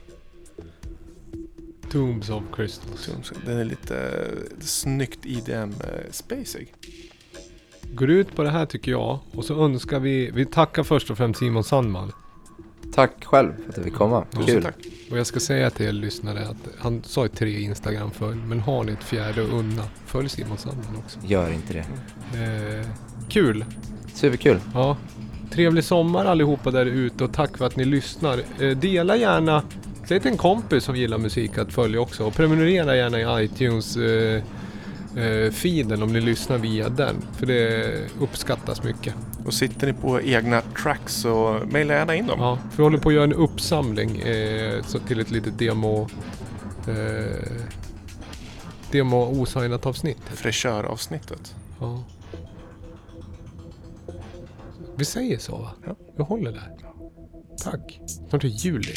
Den är lite snyggt IDM-spacig. Går ut på det här tycker jag. Och så önskar vi tackar först och främst Simon Sandman. Tack själv för att du fick komma. Kul. Tack. Och jag ska säga till er lyssnare att han sa 3 Instagram-följ, men har ni ett 4:e unna, följ Simon Sandman också. Gör inte det. Kul! Superkul. Ja. Trevlig sommar allihopa där ute och tack för att ni lyssnar. Dela gärna, säg till en kompis som gillar musik att följa också och prenumerera gärna i iTunes feeden om ni lyssnar via den, för det uppskattas mycket. Och sitter ni på egna tracks så mejla gärna in dem. Ja, för vi håller på att göra en uppsamling till ett litet demo osignat avsnitt. Fräschör-avsnittet. Ja. Vi säger så, va? Ja. Vi håller där. Tack. Snart är juli.